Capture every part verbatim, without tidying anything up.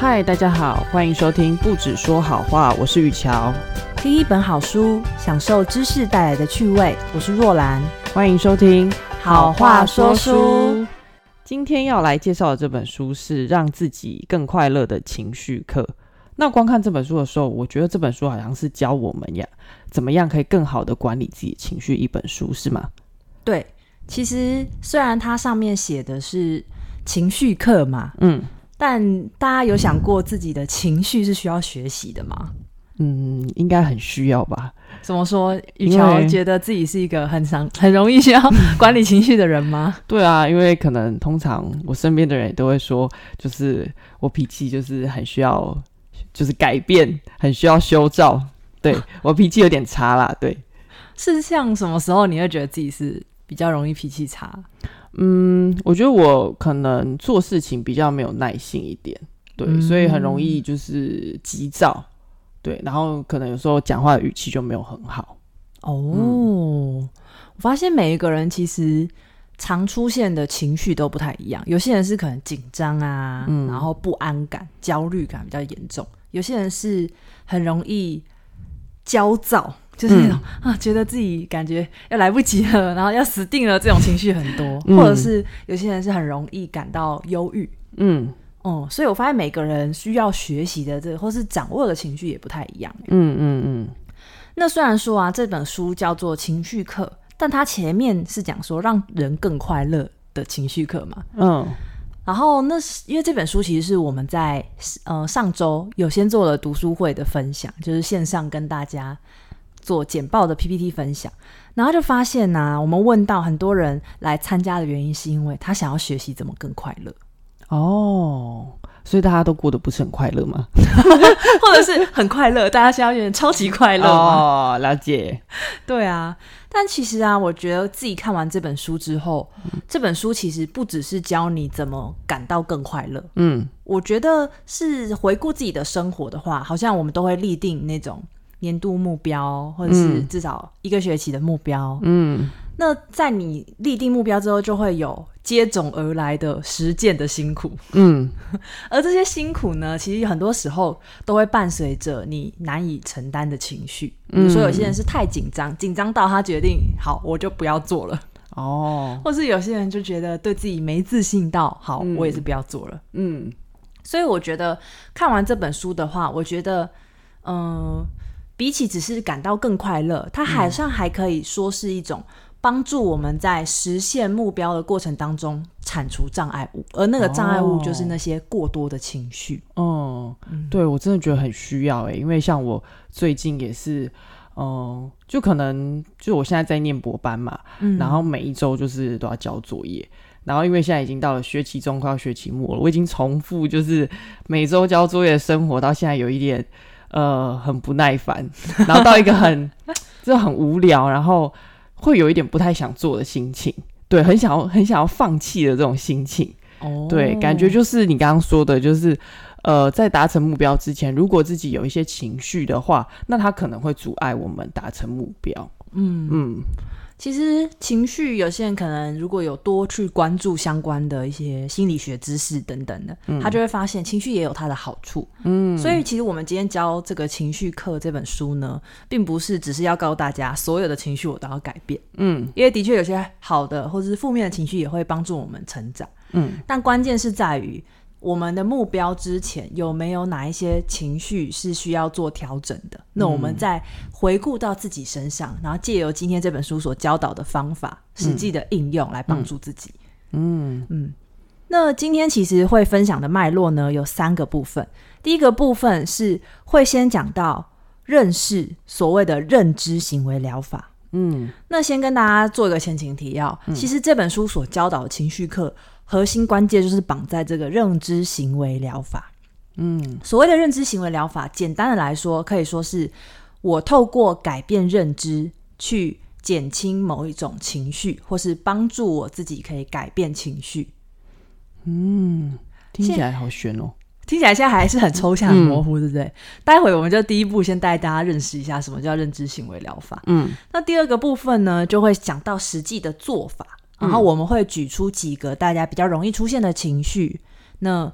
嗨，大家好，欢迎收听不只说好话，我是雨乔。 听一本好书，享受知识带来的趣味，我是若兰。 欢迎收听好话说书。 今天要来介绍的这本书是让自己更快乐的情绪课。那光看这本书的时候，我觉得这本书好像是教我们呀怎么样可以更好的管理自己的情绪一本书，是吗？ 对，其实虽然它上面写的是情绪课嘛，嗯，但大家有想过自己的情绪是需要学习的吗？ 嗯，应该很需要吧。 怎么说？雨乔觉得自己是一个很常很容易需要管理情绪的人吗？ 对啊，因为可能通常我身边的人也都会说，就是我脾气就是很需要就是改变，很需要修照。对，我脾气有点差啦。对， 是像什么时候你会觉得自己是比较容易脾气差？ 嗯，我觉得我可能做事情比较没有耐性一点，对、嗯、所以很容易就是急躁，对，然后可能有时候讲话的语气就没有很好。 哦、嗯，我发现每一个人其实常出现的情绪都不太一样，有些人是可能紧张啊、嗯、然后不安感、焦虑感比较严重，有些人是很容易焦躁，就是那种、嗯、啊，觉得自己感觉要来不及了，然后要死定了，这种情绪很多、嗯、或者是有些人是很容易感到忧郁。嗯哦、嗯，所以我发现每个人需要学习的这个或是掌握的情绪也不太一样。嗯嗯嗯。那虽然说啊，这本书叫做情绪课，但它前面是讲说让人更快乐的情绪课嘛。嗯。然后那因为这本书其实是我们在呃上周有先做了读书会的分享，就是线上跟大家做简报的 P P T 分享，然后就发现啊，我们问到很多人来参加的原因是因为他想要学习怎么更快乐。哦， 所以大家都过得不是很快乐吗？ 或者是很快乐，大家现在有点超级快乐吗？ 哦，了解。 对啊，但其实啊，我觉得自己看完这本书之后、嗯、这本书其实不只是教你怎么感到更快乐。嗯，我觉得是回顾自己的生活的话，好像我们都会立定那种年度目标，或者是至少一个学期的目标。嗯，那在你立定目标之后，就会有接踵而来的实践的辛苦。嗯，而这些辛苦呢，其实很多时候都会伴随着你难以承担的情绪。比如说有些人是太紧张，紧张到他决定好我就不要做了。哦，或是有些人就觉得对自己没自信到好、嗯、我也是不要做了。嗯，所以我觉得看完这本书的话，我觉得嗯、呃，比起只是感到更快乐，它好像还可以说是一种帮助我们在实现目标的过程当中铲除障碍物，而那个障碍物就是那些过多的情绪。哦、嗯， 对，我真的觉得很需要耶，因为像我最近也是嗯，就可能就我现在在念博班嘛、嗯、然后每一周就是都要交作业，然后因为现在已经到了学期中快要学期末了，我已经重复就是每周交作业的生活到现在有一点呃很不耐烦，然后到一个很就很无聊，然后会有一点不太想做的心情，对，很想要很想要放弃的这种心情。哦，对，感觉就是你刚刚说的，就是呃，在达成目标之前，如果自己有一些情绪的话，那它可能会阻碍我们达成目标。嗯嗯， 其实情绪有些人可能如果有多去关注相关的一些心理学知识等等的、嗯、他就会发现情绪也有它的好处。嗯，所以其实我们今天教这个情绪课这本书呢，并不是只是要告诉大家所有的情绪我都要改变。嗯，因为的确有些好的或者是负面的情绪也会帮助我们成长。嗯，但关键是在于我们的目标之前有没有哪一些情绪是需要做调整的、嗯、那我们再回顾到自己身上，然后借由今天这本书所教导的方法实际的应用来帮助自己。嗯 嗯, 嗯，那今天其实会分享的脉络呢有三个部分。第一个部分是会先讲到认识所谓的认知行为疗法。嗯，那先跟大家做一个前情提要、嗯、其实这本书所教导的情绪课核心关键就是绑在这个认知行为疗法。嗯，所谓的认知行为疗法简单的来说可以说是我透过改变认知去减轻某一种情绪，或是帮助我自己可以改变情绪。嗯， 听起来好悬哦， 听起来现在还是很抽象很模糊、嗯、对不对？待会我们就第一步先带大家认识一下什么叫认知行为疗法。嗯，那第二个部分呢就会讲到实际的做法，然后我们会举出几个大家比较容易出现的情绪，那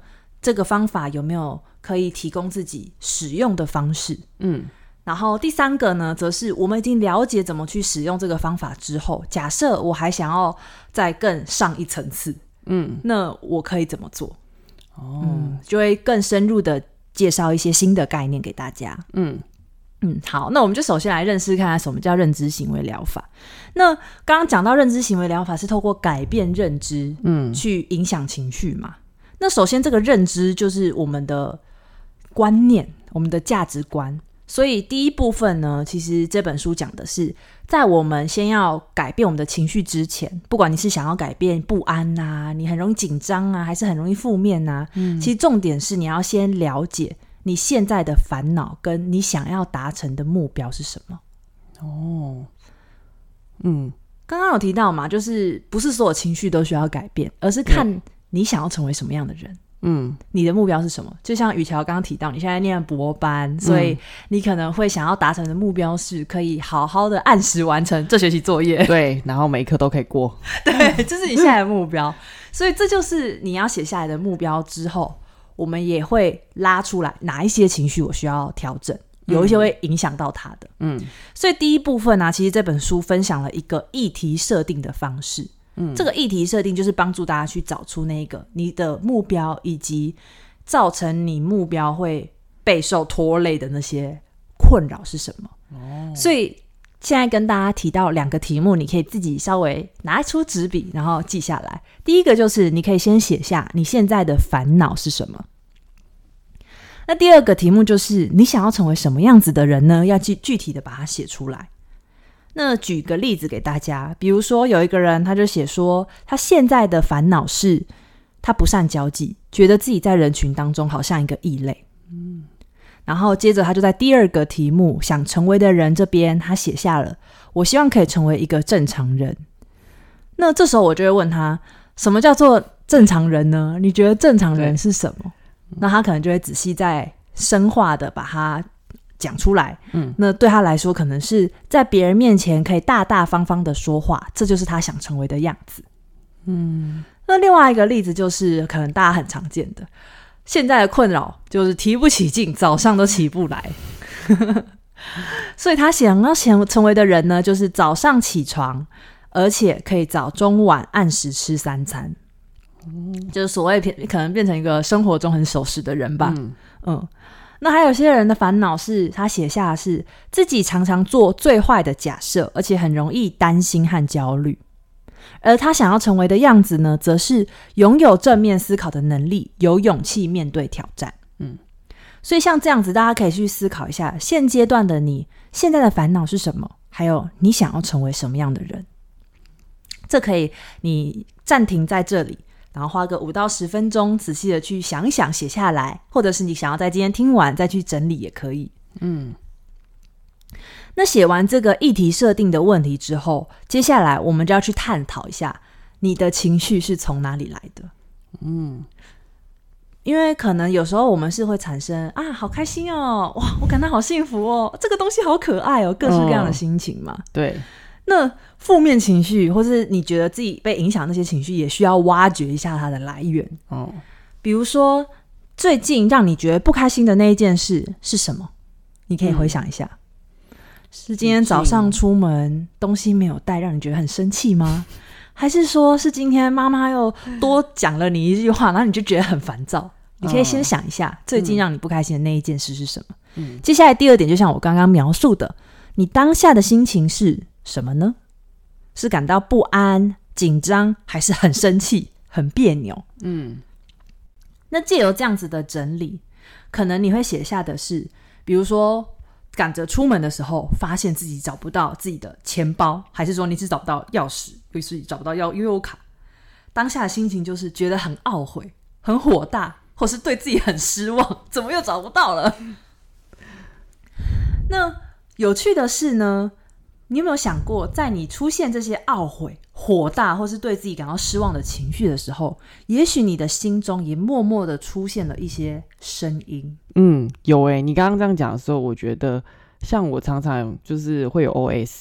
这个方法有没有可以提供自己使用的方式。嗯，然后第三个呢，则是我们已经了解怎么去使用这个方法之后，假设我还想要再更上一层次，嗯，那我可以怎么做？哦，嗯，就会更深入的介绍一些新的概念给大家。嗯嗯，好，那我们就首先来认识看看什么叫认知行为疗法。那刚刚讲到认知行为疗法是透过改变认知，嗯，去影响情绪嘛。那首先这个认知就是我们的观念，我们的价值观。所以第一部分呢，其实这本书讲的是在我们先要改变我们的情绪之前，不管你是想要改变不安啊，你很容易紧张啊，还是很容易负面啊，嗯，其实重点是你要先了解你现在的烦恼跟你想要达成的目标是什么。哦，嗯，刚刚有提到嘛，就是不是所有情绪都需要改变，而是看你想要成为什么样的人。嗯，你的目标是什么？就像雨乔刚刚提到，你现在念博班，所以你可能会想要达成的目标是可以好好的按时完成这学期作业， 对，然后每一科都可以过， 对，这是你现在的目标。所以这就是你要写下来的目标之后，我们也会拉出来哪一些情绪我需要调整，有一些会影响到他的。嗯，所以第一部分呢、啊，其实这本书分享了一个议题设定的方式。嗯，这个议题设定就是帮助大家去找出那个你的目标以及造成你目标会备受拖累的那些困扰是什么。哦，所以现在跟大家提到两个题目，你可以自己稍微拿出纸笔然后记下来。第一个就是你可以先写下你现在的烦恼是什么。那第二个题目就是你想要成为什么样子的人呢？要具具体的把它写出来。那举个例子给大家，比如说有一个人他就写说他现在的烦恼是他不善交际，觉得自己在人群当中好像一个异类。嗯，然后接着他就在第二个题目想成为的人这边他写下了我希望可以成为一个正常人。那这时候我就会问他，什么叫做正常人呢？你觉得正常人是什么？那他可能就会仔细再深化的把它讲出来。嗯，那对他来说可能是在别人面前可以大大方方的说话，这就是他想成为的样子。嗯，那另外一个例子就是可能大家很常见的，现在的困扰就是提不起劲，早上都起不来。所以他想要成为的人呢，就是早上起床，而且可以早中晚按时吃三餐。嗯，就是所谓可能变成一个生活中很守时的人吧。嗯嗯，那还有些人的烦恼是他写下的是自己常常做最坏的假设，而且很容易担心和焦虑。而他想要成为的样子呢，则是拥有正面思考的能力，有勇气面对挑战。嗯，所以像这样子，大家可以去思考一下，现阶段的你现在的烦恼是什么，还有你想要成为什么样的人。这可以你暂停在这里，然后花个五到十分钟仔细的去想一想写下来，或者是你想要在今天听完再去整理也可以。嗯，那写完这个议题设定的问题之后，接下来我们就要去探讨一下你的情绪是从哪里来的。嗯，因为可能有时候我们是会产生啊好开心哦，哇我感到好幸福哦，这个东西好可爱哦，各式各样的心情嘛。嗯，对。那负面情绪或是你觉得自己被影响那些情绪，也需要挖掘一下它的来源。哦，比如说最近让你觉得不开心的那一件事是什么？你可以回想一下。嗯，是今天早上出门东西没有带让你觉得很生气吗？还是说是今天妈妈又多讲了你一句话，然后你就觉得很烦躁？你可以先想一下最近让你不开心的那一件事是什么。嗯，接下来第二点就像我刚刚描述的，你当下的心情是什么呢？是感到不安、紧张，还是很生气、很别扭？嗯，那藉由这样子的整理，可能你会写下的是，比如说赶着出门的时候，发现自己找不到自己的钱包，还是说你只找不到钥匙，于是找不到悠游卡，当下的心情就是觉得很懊悔、很火大，或是对自己很失望，怎么又找不到了？那有趣的是呢，你有没有想过，在你出现这些懊悔、火大或是对自己感到失望的情绪的时候，也许你的心中也默默的出现了一些声音。 嗯，有耶，你刚刚这样讲的时候，我觉得像我常常就是会有 O S，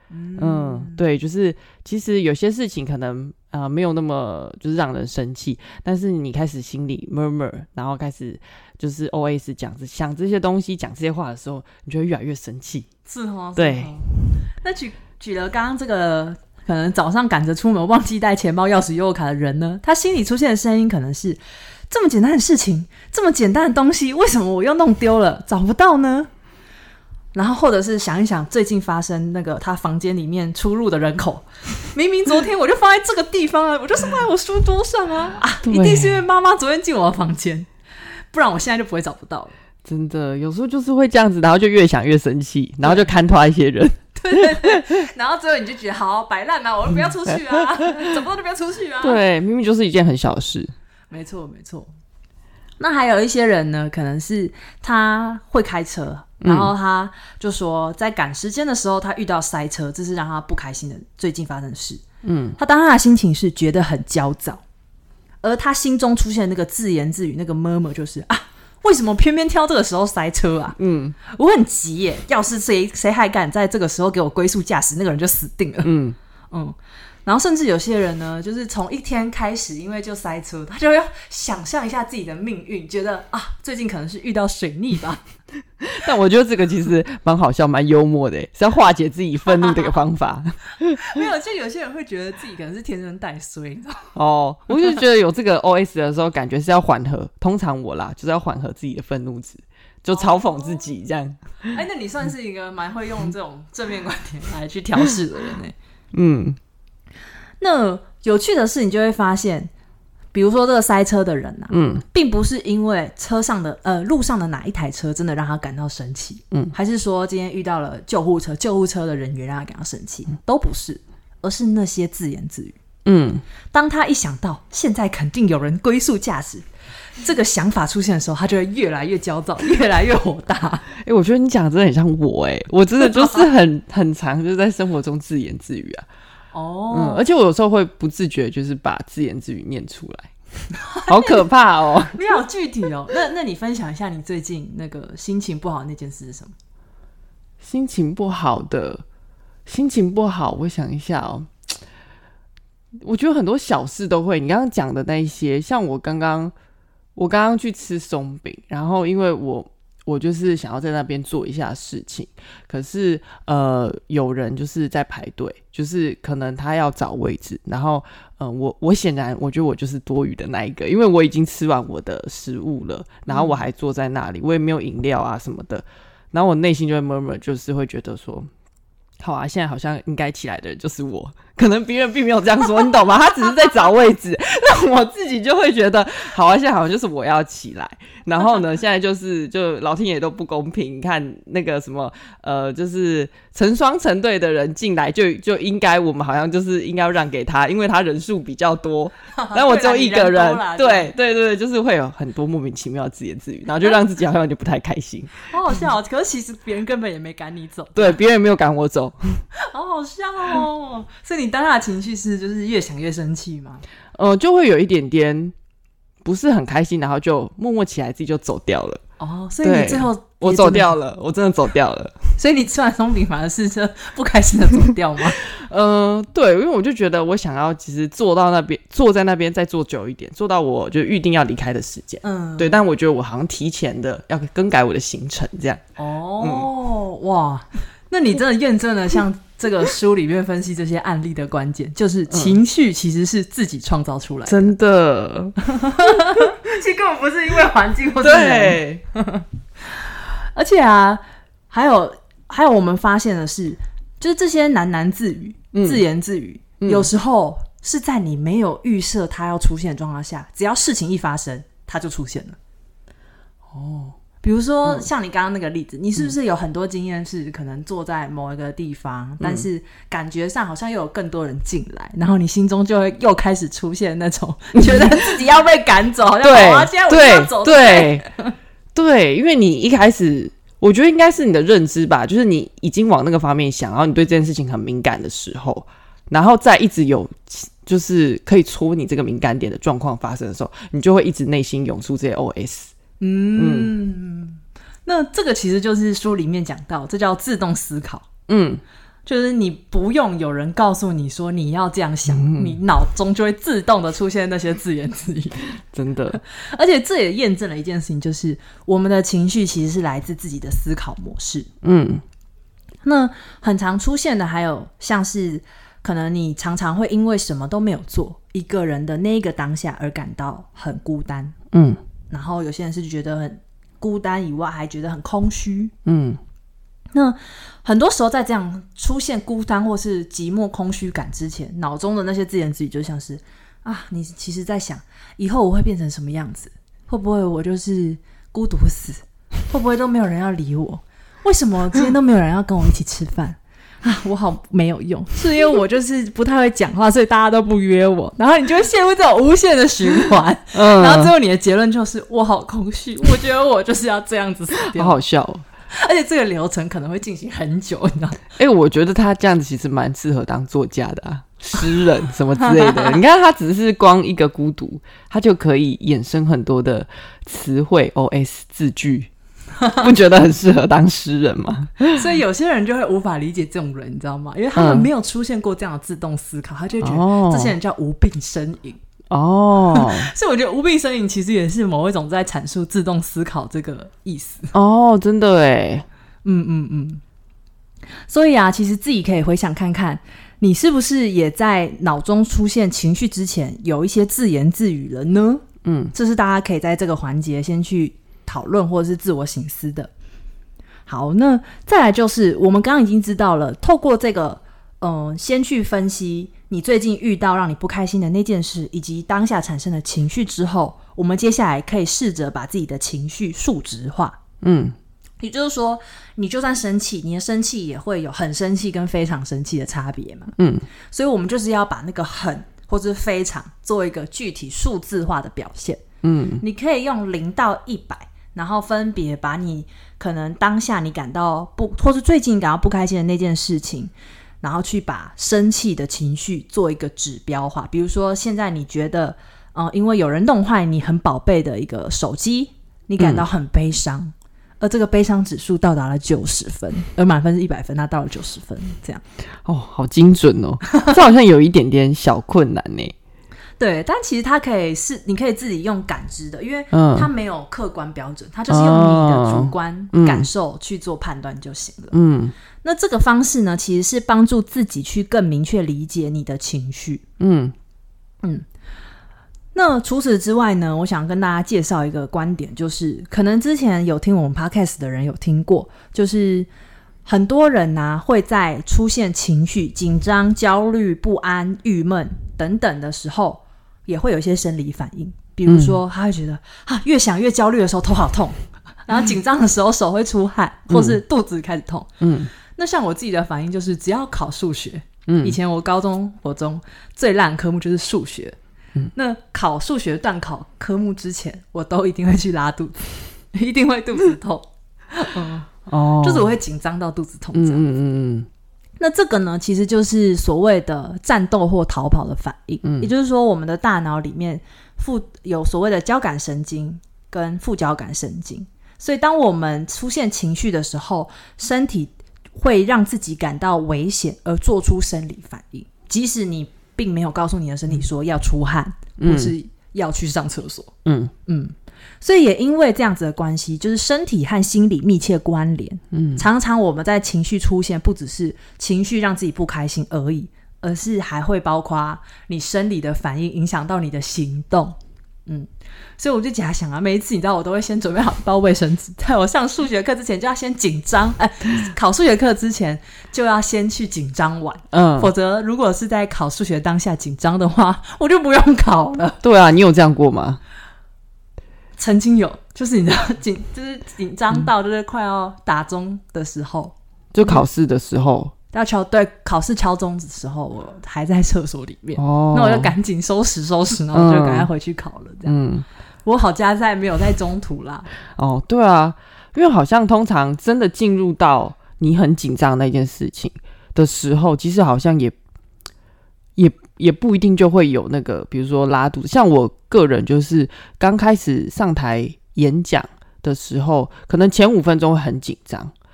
嗯, 嗯，对，就是其实有些事情可能呃没有那么就是让人生气，但是你开始心里 murmur， 然后开始就是 O S 讲想这些东西讲这些话的时候，你就会越来越生气。 是哦， 对。 那举举了刚刚这个可能早上赶着出门忘记带钱包钥匙悠游卡的人呢，他心里出现的声音可能是这么简单的事情，这么简单的东西，为什么我又弄丢了找不到呢？然后或者是想一想最近发生那个他房间里面出入的人口，明明昨天我就放在这个地方啊，我就是放在我书桌上啊啊，一定是因为妈妈昨天进我的房间，不然我现在就不会找不到了。 真的有时候就是会这样子，然后就越想越生气，然后就看拖一些人。 对对对，然后最后你就觉得好摆烂啊，我就不要出去啊，怎么都不要出去啊。 对，明明就是一件很小的事。 没错没错。那还有一些人呢，可能是他会开车，然后他就说在赶时间的时候他遇到塞车，这是让他不开心的最近发生的事。嗯，他当他的心情是觉得很焦躁，而他心中出现那个自言自语那个 murmur 就是啊，为什么偏偏挑这个时候塞车啊？嗯，我很急耶，要是谁谁还敢在这个时候给我龟速驾驶，那个人就死定了。嗯嗯，然后甚至有些人呢，就是从一天开始，因为就塞车，他就要想象一下自己的命运，觉得啊，最近可能是遇到水逆吧。 但我觉得这个其实蛮好笑、蛮幽默的，是要化解自己愤怒的一个方法。 没有，就有些人会觉得自己可能是天生带衰，你知道吗？ 哦，我就觉得有这个 O S 的时候，感觉是要缓和。通常我啦，就是要缓和自己的愤怒值，就嘲讽自己这样。 哎、哦，那你算是一个蛮会用这种正面观点来去调试的人呢。 嗯。 那有趣的是，你就会发现，比如说这个塞车的人啊，嗯，并不是因为车上的呃路上的哪一台车真的让他感到生气，嗯，还是说今天遇到了救护车，救护车的人员让他感到生气，都不是，而是那些自言自语。嗯，当他一想到现在肯定有人龟速驾驶这个想法出现的时候，他就会越来越焦躁，越来越火大。 哎、欸，我觉得你讲的真的很像我、欸，哎，我真的就是很很常就是在生活中自言自语啊。哦，嗯，而且我有时候会不自觉就是把自言自语念出来，好可怕哦！ 你好具体哦。那那你分享一下你最近那个心情不好的那件事是什么？ 心情不好的，心情不好，我想一下哦。我觉得很多小事都会，你刚刚讲的那一些，像我刚刚我刚刚去吃松饼，然后因为我我就是想要在那边做一下事情，可是呃有人就是在排队，就是可能他要找位置，然后呃我我显然我觉得我就是多余的那一个，因为我已经吃完我的食物了，然后我还坐在那里，我也没有饮料啊什么的，然后我内心就会 murmur， 就是会觉得说好啊，现在好像应该起来的人就是我，可能别人并没有这样说，你懂吗？他只是在找位置，那我自己就会觉得好啊，现在好像就是我要起来，然后呢现在就是就老天爷都不公平，看那个什么呃就是成双成对的人进来就就应该我们好像就是应该要让给他，因为他人数比较多，但我只有一个人对对对，就是会有很多莫名其妙的自言自语，然后就让自己好像有点不太开心。 好好笑、哦、可是其实别人根本也没赶你走， 对，别人没有赶我走。 好好笑哦！所以你当下的情绪是就是越想越生气吗？ 呃，就会有一点点不是很开心，然后就默默起来自己就走掉了。 哦，所以你最后我走掉了，我真的走掉了。 所以你吃完松饼反而是就不开心的走掉吗？ 呃，对，因为我就觉得我想要其实坐到那边，坐在那边再坐久一点，坐到我就预定要离开的时间。嗯，对，但我觉得我好像提前的要更改我的行程，这样。 哦，嗯、哇！那你真的验证了像这个书里面分析这些案例的关键，就是情绪其实是自己创造出来的。 真的。 其实根本不是因为环境或者人。对。而且啊，还有还有我们发现的是，就是这些喃喃自语、嗯、自言自语、嗯、有时候是在你没有预设它要出现的状况下，只要事情一发生它就出现了。哦，比如说、嗯、像你刚刚那个例子，你是不是有很多经验是可能坐在某一个地方、嗯、但是感觉上好像又有更多人进来，然后你心中就会又开始出现那种觉得自己要被赶走，好像对、 哦、现在我就要走， 对对对，因为你一开始我觉得应该是你的认知吧，就是你已经往那个方面想，然后你对这件事情很敏感的时候，然后再一直有就是可以戳你这个敏感点的状况发生的时候，你就会一直内心涌出这些 O S。 嗯, 嗯， 那这个其实就是书里面讲到，这叫自动思考。嗯， 就是你不用有人告诉你说你要这样想、嗯、你脑中就会自动的出现那些自言自语， 真的。 而且这也验证了一件事情，就是我们的情绪其实是来自自己的思考模式。嗯，那很常出现的还有像是可能你常常会因为什么都没有做，一个人的那个当下而感到很孤单。嗯，然后有些人是觉得很孤单以外还觉得很空虚。嗯，那很多时候在这样出现孤单或是寂寞空虚感之前，脑中的那些自言自语就像是啊，你其实在想以后我会变成什么样子，会不会我就是孤独死，会不会都没有人要理我，为什么今天都没有人要跟我一起吃饭啊，我好没有用，是因为我就是不太会讲话，所以大家都不约我，然后你就会陷入这种无限的循环、嗯、然后最后你的结论就是我好空虚，我觉得我就是要这样子死掉。 好好笑哦， 而且这个流程可能会进行很久，你知道吗？ 哎、欸，我觉得他这样子其实蛮适合当作家的啊，诗人什么之类的。你看他只是光一个孤独，他就可以衍生很多的词汇 O S 字句，不觉得很适合当诗人吗？ 所以有些人就会无法理解这种人，你知道吗？因为他们没有出现过这样的自动思考，他就会觉得这些人叫无病呻吟。哦，所以我觉得无病呻吟其实也是某一种在阐述自动思考这个意思。 哦，真的耶。 嗯嗯嗯。所以啊，其实自己可以回想看看，你是不是也在脑中出现情绪之前有一些自言自语了呢？嗯，这是大家可以在这个环节先去讨论或者是自我省思的。好，那再来就是我们刚刚已经知道了，透过这个嗯、呃，先去分析你最近遇到让你不开心的那件事以及当下产生的情绪之后，我们接下来可以试着把自己的情绪数值化。嗯，也就是说你就算生气，你的生气也会有很生气跟非常生气的差别嘛。嗯，所以我们就是要把那个很或者非常做一个具体数字化的表现。嗯，你可以用零到一百，然后分别把你可能当下你感到不或是最近感到不开心的那件事情，然后去把生气的情绪做一个指标化。比如说现在你觉得呃，因为有人弄坏你很宝贝的一个手机，你感到很悲伤、嗯、而这个悲伤指数到达了九十分，而满分是一百分，它到了九十分，这样。 哦，好精准哦。这好像有一点点小困难耶。 对，但其实它可以是你可以自己用感知的，因为它没有客观标准、嗯、它就是用你的主观感受去做判断就行了。嗯，那这个方式呢，其实是帮助自己去更明确理解你的情绪。嗯嗯。那除此之外呢，我想跟大家介绍一个观点，就是可能之前有听我们 podcast 的人有听过，就是很多人啊会在出现情绪紧张、焦虑、不安、郁闷等等的时候也会有一些生理反应。比如说他会觉得、嗯、啊，越想越焦虑的时候头好痛，然后紧张的时候手会出汗、嗯、或是肚子开始痛。嗯，那像我自己的反应就是只要考数学、嗯、以前我高中国中最烂的科目就是数学、嗯、那考数学段考科目之前我都一定会去拉肚子一定会肚子痛。嗯哦，就是我会紧张到肚子痛这样子。嗯嗯嗯。那这个呢，其实就是所谓的战斗或逃跑的反应。嗯，也就是说，我们的大脑里面副有所谓的交感神经跟副交感神经，所以当我们出现情绪的时候，身体会让自己感到危险而做出生理反应，即使你并没有告诉你的身体说要出汗、嗯、或是要去上厕所。嗯嗯。所以也因为这样子的关系，就是身体和心理密切关联。嗯，常常我们在情绪出现，不只是情绪让自己不开心而已，而是还会包括你生理的反应影响到你的行动。嗯，所以我就假想啊，每一次你知道我都会先准备好一包卫生纸，在我上数学课之前就要先紧张，哎，考数学课之前就要先去紧张完。嗯，否则如果是在考数学当下紧张的话，我就不用考了。 对啊，你有这样过吗？ 曾经有，就是你知道紧，就是紧张到就是快要打钟的时候、嗯， 就考试的时候， 要敲对考试敲钟的时候，我还在厕所里面，哦，那我就赶紧收拾收拾，然后就赶快回去考了。这样，嗯，我好加在没有在中途啦。哦， 对啊，因为好像通常真的进入到你很紧张那件事情的时候，其实好像也也。也不一定就会有那个比如说拉肚子，像我个人就是刚开始上台演讲的时候，可能前五分钟会很紧张，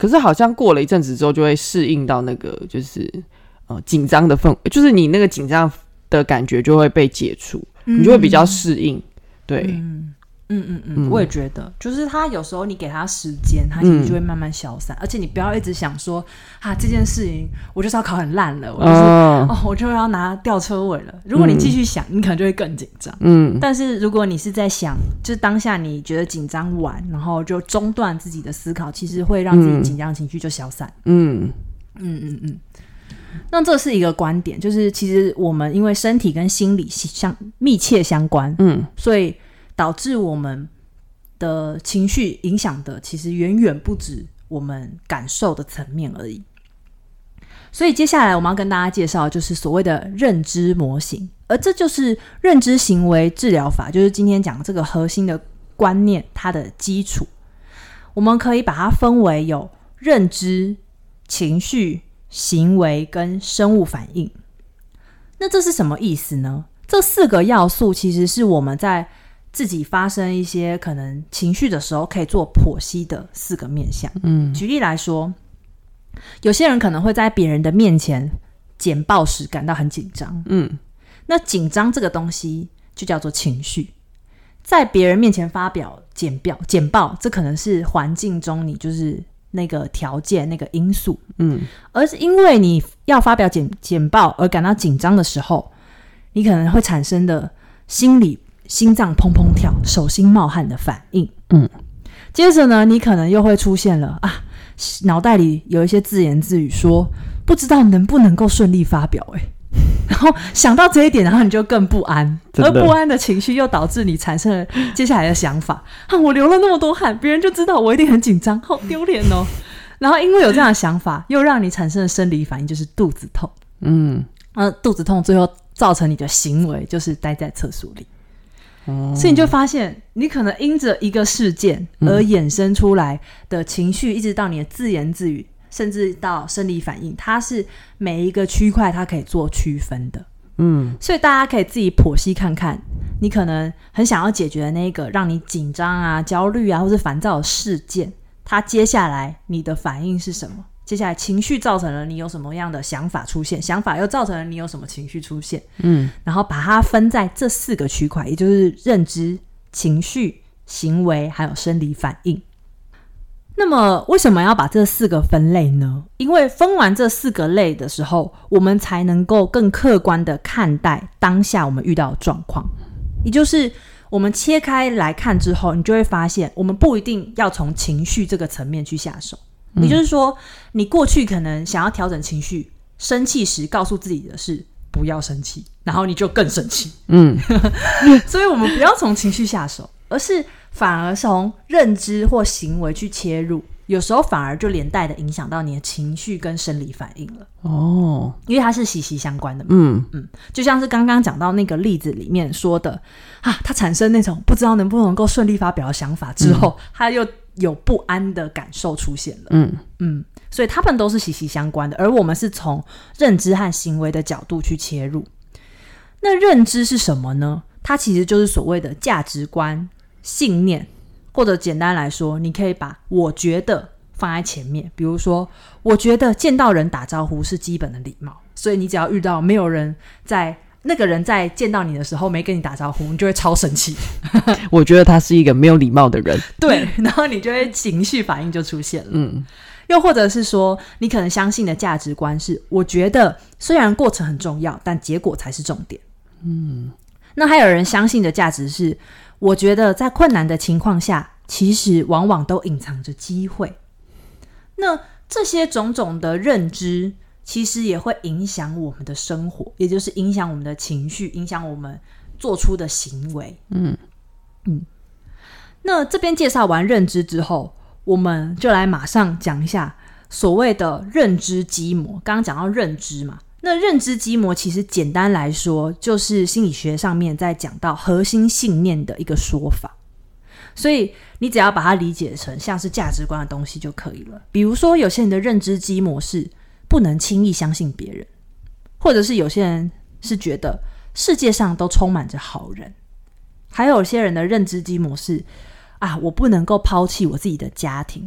可是好像过了一阵子之后就会适应到那个就是呃紧张的氛围，就是你那个紧张的感觉就会被解除，嗯、你就会比较适应。对， 嗯嗯嗯嗯，我也觉得，就是他有时候你给他时间，他其实就会慢慢消散，嗯、而且你不要一直想说啊这件事情我就是要考很烂了，我就是、哦, 哦我就要拿吊车尾了。如果你继续想，嗯、你可能就会更紧张。嗯，但是如果你是在想，就是当下你觉得紧张完，然后就中断自己的思考，其实会让自己紧张情绪就消散。嗯嗯嗯嗯。那这是一个观点，就是其实我们因为身体跟心理相密切相关，嗯，所以导致我们的情绪影响的其实远远不止我们感受的层面而已。所以接下来我们要跟大家介绍就是所谓的认知模型，而这就是认知行为治疗法，就是今天讲这个核心的观念，它的基础。我们可以把它分为有认知、情绪、行为跟生物反应。那这是什么意思呢？这四个要素其实是我们在自己发生一些可能情绪的时候可以做剖析的四个面向。嗯，举例来说，有些人可能会在别人的面前简报时感到很紧张。嗯，那紧张这个东西就叫做情绪。在别人面前发表简报，简报这可能是环境中你就是那个条件那个因素，嗯，而是因为你要发表 简, 简报而感到紧张的时候，你可能会产生的心理心脏砰砰跳手心冒汗的反应，嗯，接着呢你可能又会出现了啊，脑袋里有一些自言自语说不知道能不能够顺利发表欸，然后想到这一点，然后你就更不安，而不安的情绪又导致你产生了接下来的想法啊，我流了那么多汗，别人就知道我一定很紧张，好丢脸哦。然后因为有这样的想法，又让你产生了生理反应，就是肚子痛。嗯，呃，肚子痛最后造成你的行为就是待在厕所里。哦，所以你就发现你可能因着一个事件而衍生出来的情绪，嗯、一直到你的自言自语，甚至到生理反应，它是每一个区块它可以做区分的。嗯，所以大家可以自己剖析看看，你可能很想要解决的那个让你紧张啊、焦虑啊或是烦躁的事件，它接下来你的反应是什么？接下来情绪造成了你有什么样的想法出现，想法又造成了你有什么情绪出现。嗯，然后把它分在这四个区块，也就是认知、情绪、行为还有生理反应。那么为什么要把这四个分类呢？因为分完这四个类的时候，我们才能够更客观的看待当下我们遇到的状况。也就是我们切开来看之后，你就会发现我们不一定要从情绪这个层面去下手。也就是说，你过去可能想要调整情绪，生气时告诉自己的是不要生气，然后你就更生气。嗯，所以我们不要从情绪下手，而是反而从认知或行为去切入，有时候反而就连带的影响到你的情绪跟生理反应了。哦，因为它是息息相关的嘛。嗯嗯，就像是刚刚讲到那个例子里面说的啊，他产生那种不知道能不能够顺利发表的想法之后，嗯、他又有不安的感受出现了。嗯嗯，所以他们都是息息相关的，而我们是从认知和行为的角度去切入。那认知是什么呢？它其实就是所谓的价值观、信念，或者简单来说，你可以把我觉得放在前面。比如说，我觉得见到人打招呼是基本的礼貌，所以你只要遇到没有人在那个人在见到你的时候没跟你打招呼，你就会超生气。 我觉得他是一个没有礼貌的人。 对，然后你就会情绪反应就出现了。嗯，又或者是说，你可能相信的价值观是，我觉得虽然过程很重要，但结果才是重点。嗯，那还有人相信的价值是，我觉得在困难的情况下，其实往往都隐藏着机会。那这些种种的认知其实也会影响我们的生活，也就是影响我们的情绪，影响我们做出的行为。嗯嗯。那这边介绍完认知之后，我们就来马上讲一下所谓的认知基模。刚刚讲到认知嘛，那认知基模其实简单来说，就是心理学上面在讲到核心信念的一个说法。所以你只要把它理解成像是价值观的东西就可以了。比如说有些人的认知基模是不能轻易相信别人，或者是有些人是觉得世界上都充满着好人，还有些人的认知基模是啊，我不能够抛弃我自己的家庭，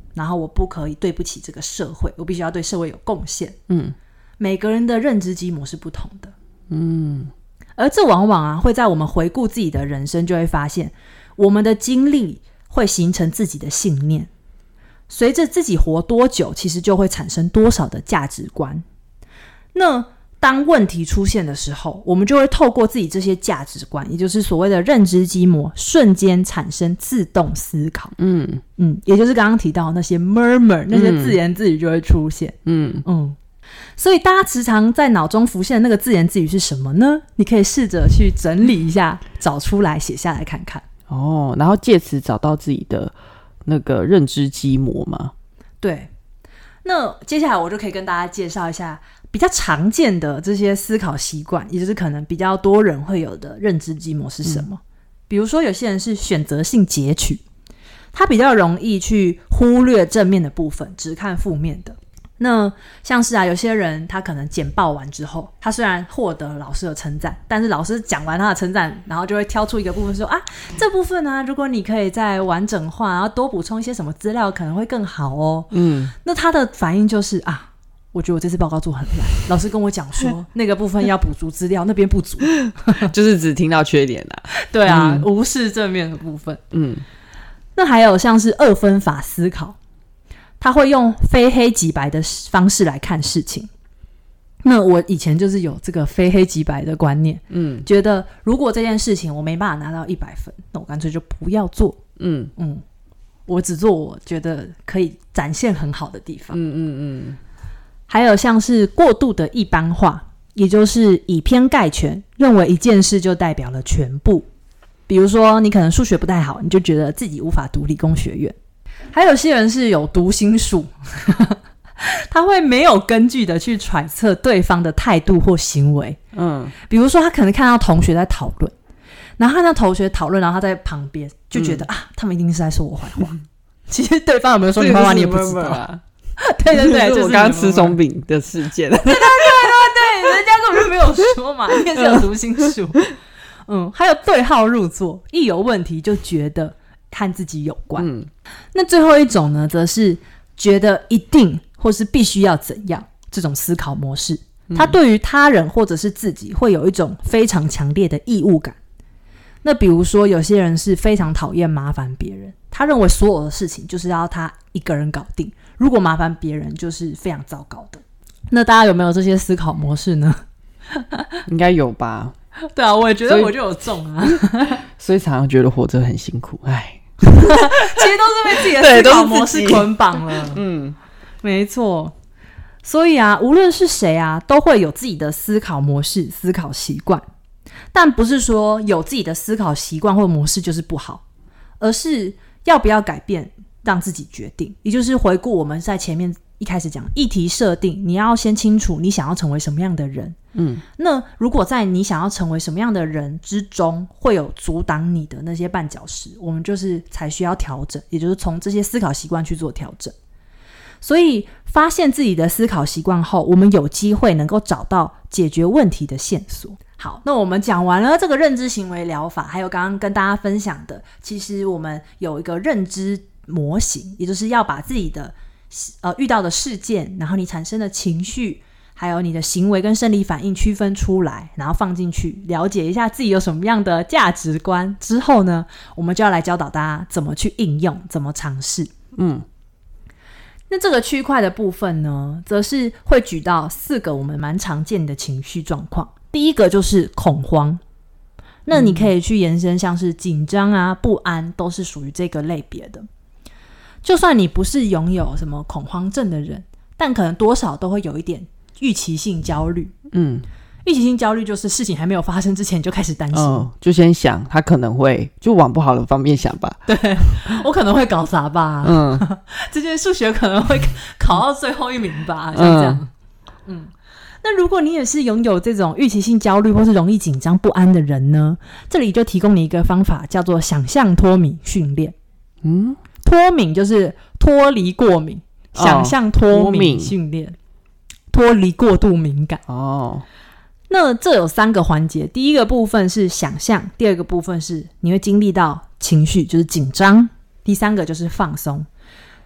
然后我不可以对不起这个社会，我必须要对社会有贡献。 嗯， 每个人的认知基模是不同的。 嗯， 而这往往啊会在我们回顾自己的人生，就会发现我们的经历会形成自己的信念，随着自己活多久，其实就会产生多少的价值观。那当问题出现的时候，我们就会透过自己这些价值观，也就是所谓的认知基模，瞬间产生自动思考。嗯嗯，也就是刚刚提到那些 murmur， 那些自言自语就会出现。嗯嗯，所以大家时常在脑中浮现的那个自言自语是什么呢？你可以试着去整理一下，找出来写下来看看。 哦，然后借此找到自己的那个认知基模嘛。 对，那接下来我就可以跟大家介绍一下比较常见的这些思考习惯，也就是可能比较多人会有的认知基模是什么。嗯、比如说有些人是选择性截取，他比较容易去忽略正面的部分，只看负面的。那像是啊，有些人他可能简报完之后，他虽然获得了老师的称赞，但是老师讲完他的称赞，然后就会挑出一个部分说啊，这部分呢、啊，如果你可以再完整化，然后多补充一些什么资料，可能会更好哦。嗯，那他的反应就是啊，我觉得我这次报告做很烂，老师跟我讲说那个部分要补足资料，那边不足， 就是只听到缺点啊。 对啊、嗯，无视正面的部分。嗯，那还有像是二分法思考。他会用非黑即白的方式来看事情。那我以前就是有这个非黑即白的观念，嗯，觉得如果这件事情我没办法拿到一百分，那我干脆就不要做。嗯嗯，我只做我觉得可以展现很好的地方。嗯嗯嗯。还有像是过度的一般化，也就是以偏概全，认为一件事就代表了全部。比如说你可能数学不太好，你就觉得自己无法读理工学院。还有些人是有读心术他会没有根据的去揣测对方的态度或行为。嗯，比如说他可能看到同学在讨论，然后看到同学讨论，然后他在旁边就觉得、嗯、啊，他们一定是在说我坏话、嗯、其实对方有没有说你坏话你也不知道啊。对对对， 就是我刚刚吃松饼的事件。对对对对对，人家根本就没有说嘛，你也是有读心术。嗯，还有对号入座，一有问题就觉得和自己有关。嗯，那最后一种呢，则是觉得一定或是必须要怎样，这种思考模式，他对于他人或者是自己会有一种非常强烈的义务感。那比如说有些人是非常讨厌麻烦别人，他认为所有的事情就是要他一个人搞定，如果麻烦别人就是非常糟糕的。那大家有没有这些思考模式呢？ 应该有吧。 对啊，我也觉得我就有中啊。 所以常常觉得活着很辛苦，哎， 其实都是被自己的思考模式捆绑了。嗯，没错。所以啊，无论是谁啊，都会有自己的思考模式、思考习惯。但不是说有自己的思考习惯或模式就是不好，而是要不要改变，让自己决定。也就是回顾我们在前面一开始讲议题设定，你要先清楚你想要成为什么样的人。嗯，那如果在你想要成为什么样的人之中会有阻挡你的那些绊脚石，我们就是才需要调整，也就是从这些思考习惯去做调整。所以发现自己的思考习惯后，我们有机会能够找到解决问题的线索。好，那我们讲完了这个认知行为疗法，还有刚刚跟大家分享的，其实我们有一个认知模型，也就是要把自己的呃遇到的事件，然后你产生的情绪，还有你的行为跟生理反应区分出来，然后放进去，了解一下自己有什么样的价值观之后呢，我们就要来教导大家怎么去应用，怎么尝试。嗯，那这个区块的部分呢，则是会举到四个我们蛮常见的情绪状况。第一个就是恐慌，那你可以去延伸，像是紧张啊、不安，都是属于这个类别的。就算你不是拥有什么恐慌症的人，但可能多少都会有一点预期性焦虑。嗯，预期性焦虑就是事情还没有发生之前就开始担心、嗯、 就先想他可能会就往不好的方面想吧。 对，我可能会搞砸吧。嗯，这件数学可能会考到最后一名吧，像这样。嗯。嗯，那如果你也是拥有这种预期性焦虑或是容易紧张不安的人呢，这里就提供你一个方法，叫做想象脱敏训练。嗯，脱敏就是脱离过敏，哦、想象脱敏训练，脱离过度敏感。哦，那这有三个环节，第一个部分是想象，第二个部分是你会经历到情绪，就是紧张，第三个就是放松。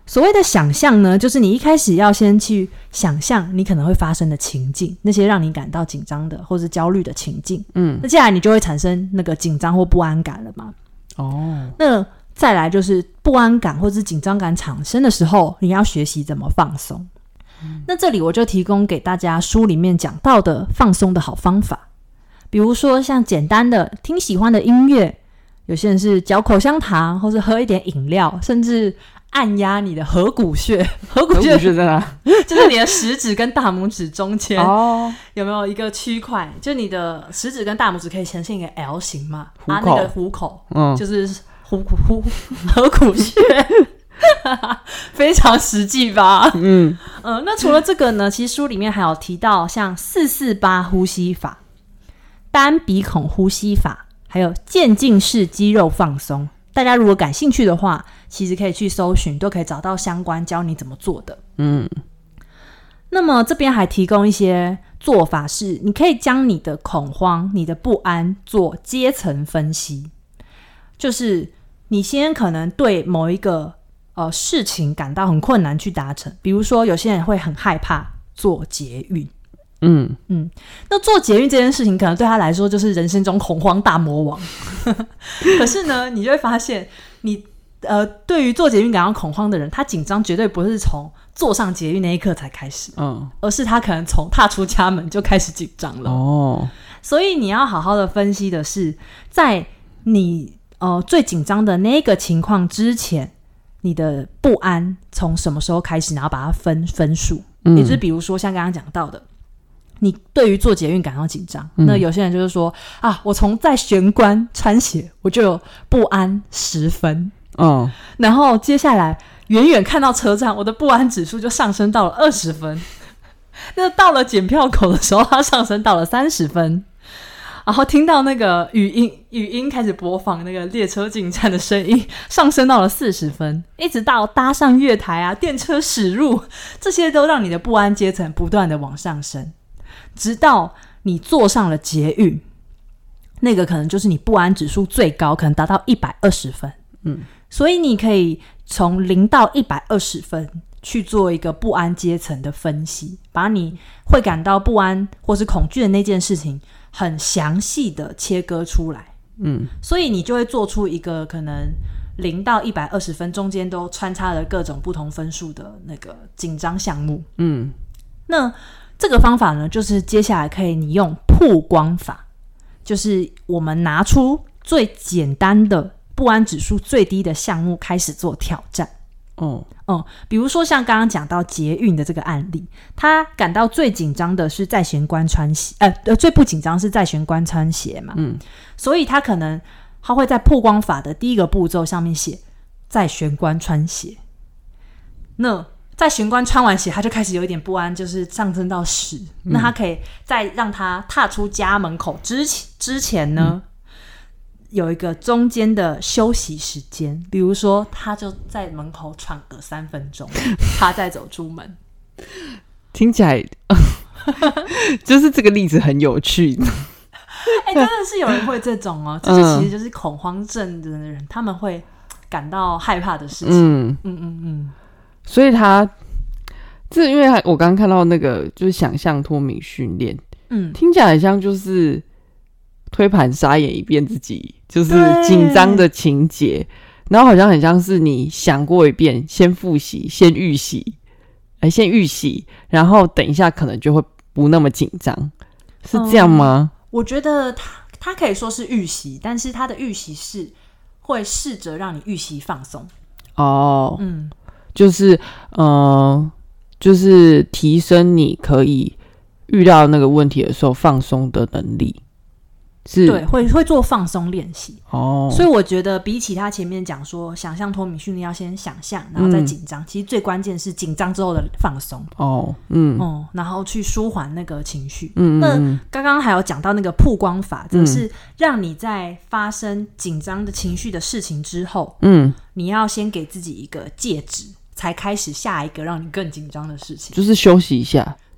所谓的想象呢，就是你一开始要先去想象你可能会发生的情境，那些让你感到紧张的或是焦虑的情境。嗯，那接下来你就会产生那个紧张或不安感了嘛。哦，那再来就是不安感或是紧张感产生的时候，你要学习怎么放松。嗯，那这里我就提供给大家书里面讲到的放松的好方法，比如说像简单的听喜欢的音乐，有些人是嚼口香糖，或是喝一点饮料，甚至按压你的合谷穴。合谷穴在哪？ 就是你的食指跟大拇指中间哦，有没有一个区块？就你的食指跟大拇指可以呈现一个 L 型嘛？啊，那个虎口，嗯，就是虎虎合谷穴，非常实际吧？嗯嗯、呃。那除了这个呢，其实书里面还有提到像四四八呼吸法、单鼻孔呼吸法，还有渐进式肌肉放松。大家如果感兴趣的话，其实可以去搜寻，都可以找到相关教你怎么做的。嗯，那么这边还提供一些做法是，你可以将你的恐慌、你的不安做阶层分析，就是你先可能对某一个呃事情感到很困难去达成，比如说有些人会很害怕坐捷运。嗯嗯，那做捷运这件事情可能对他来说就是人生中恐慌大魔王可是呢你就会发现你呃，对于做捷运感到恐慌的人，他紧张绝对不是从坐上捷运那一刻才开始，嗯，而是他可能从踏出家门就开始紧张了哦。所以你要好好的分析的是，在你呃最紧张的那个情况之前，你的不安从什么时候开始，然后把它分分数，嗯，也就是比如说像刚刚讲到的，你对于做捷运感到紧张，嗯，那有些人就是说啊，我从在玄关穿鞋我就有不安十分，嗯，然后接下来远远看到车站，我的不安指数就上升到了二十分那到了检票口的时候，它上升到了三十分，然后听到那个语音语音开始播放那个列车进站的声音，上升到了四十分，一直到搭上月台啊，电车驶入，这些都让你的不安阶层不断的往上升，直到你坐上了捷运，那个可能就是你不安指数最高，可能达到一百二十分。嗯，所以你可以从零到一百二十分去做一个不安阶层的分析，把你会感到不安或是恐惧的那件事情很详细的切割出来。嗯，所以你就会做出一个可能零到一百二十分中间都穿插了各种不同分数的那个紧张项目。嗯，那这个方法呢，就是接下来可以你用曝光法，就是我们拿出最简单的不安指数最低的项目开始做挑战。哦，嗯，比如说像刚刚讲到捷运的这个案例，他感到最紧张的是在玄关穿鞋，呃呃，最不紧张是在玄关穿鞋嘛。嗯，所以他可能他会在曝光法的第一个步骤上面写在玄关穿鞋。那在玄关穿完鞋，他就开始有一点不安，就是上升到十、嗯。那他可以在让他踏出家门口之前之前呢，嗯，有一个中间的休息时间，比如说他就在门口喘个三分钟，他再走出门。 听起来就是这个例子很有趣。 哎、欸，真的是有人会这种哦，这就其实就是恐慌症的人，他们会感到害怕的事情。嗯嗯嗯嗯。 所以他这因为我刚刚看到那个就是想象脱敏训练，嗯，听起来很像就是推盘沙演一遍自己就是紧张的情节，然后好像很像是你想过一遍，先复习，先预习，哎，先预习，然后等一下可能就会不那么紧张，是这样吗？ 嗯，我觉得他他可以说是预习，但是他的预习是会试着让你预习放松。 哦，嗯。就是呃就是提升你可以遇到那个问题的时候放松的能力，是对，会会做放松练习哦。所以我觉得比起他前面讲说想象脱敏训练要先想象然后再紧张，嗯，其实最关键是紧张之后的放松哦，嗯哦，然后去舒缓那个情绪。嗯，那刚刚还有讲到那个曝光法，则是让你在发生紧张的情绪的事情之后，嗯，你要先给自己一个戒指，才开始下一个让你更紧张的事情， 就是休息一下。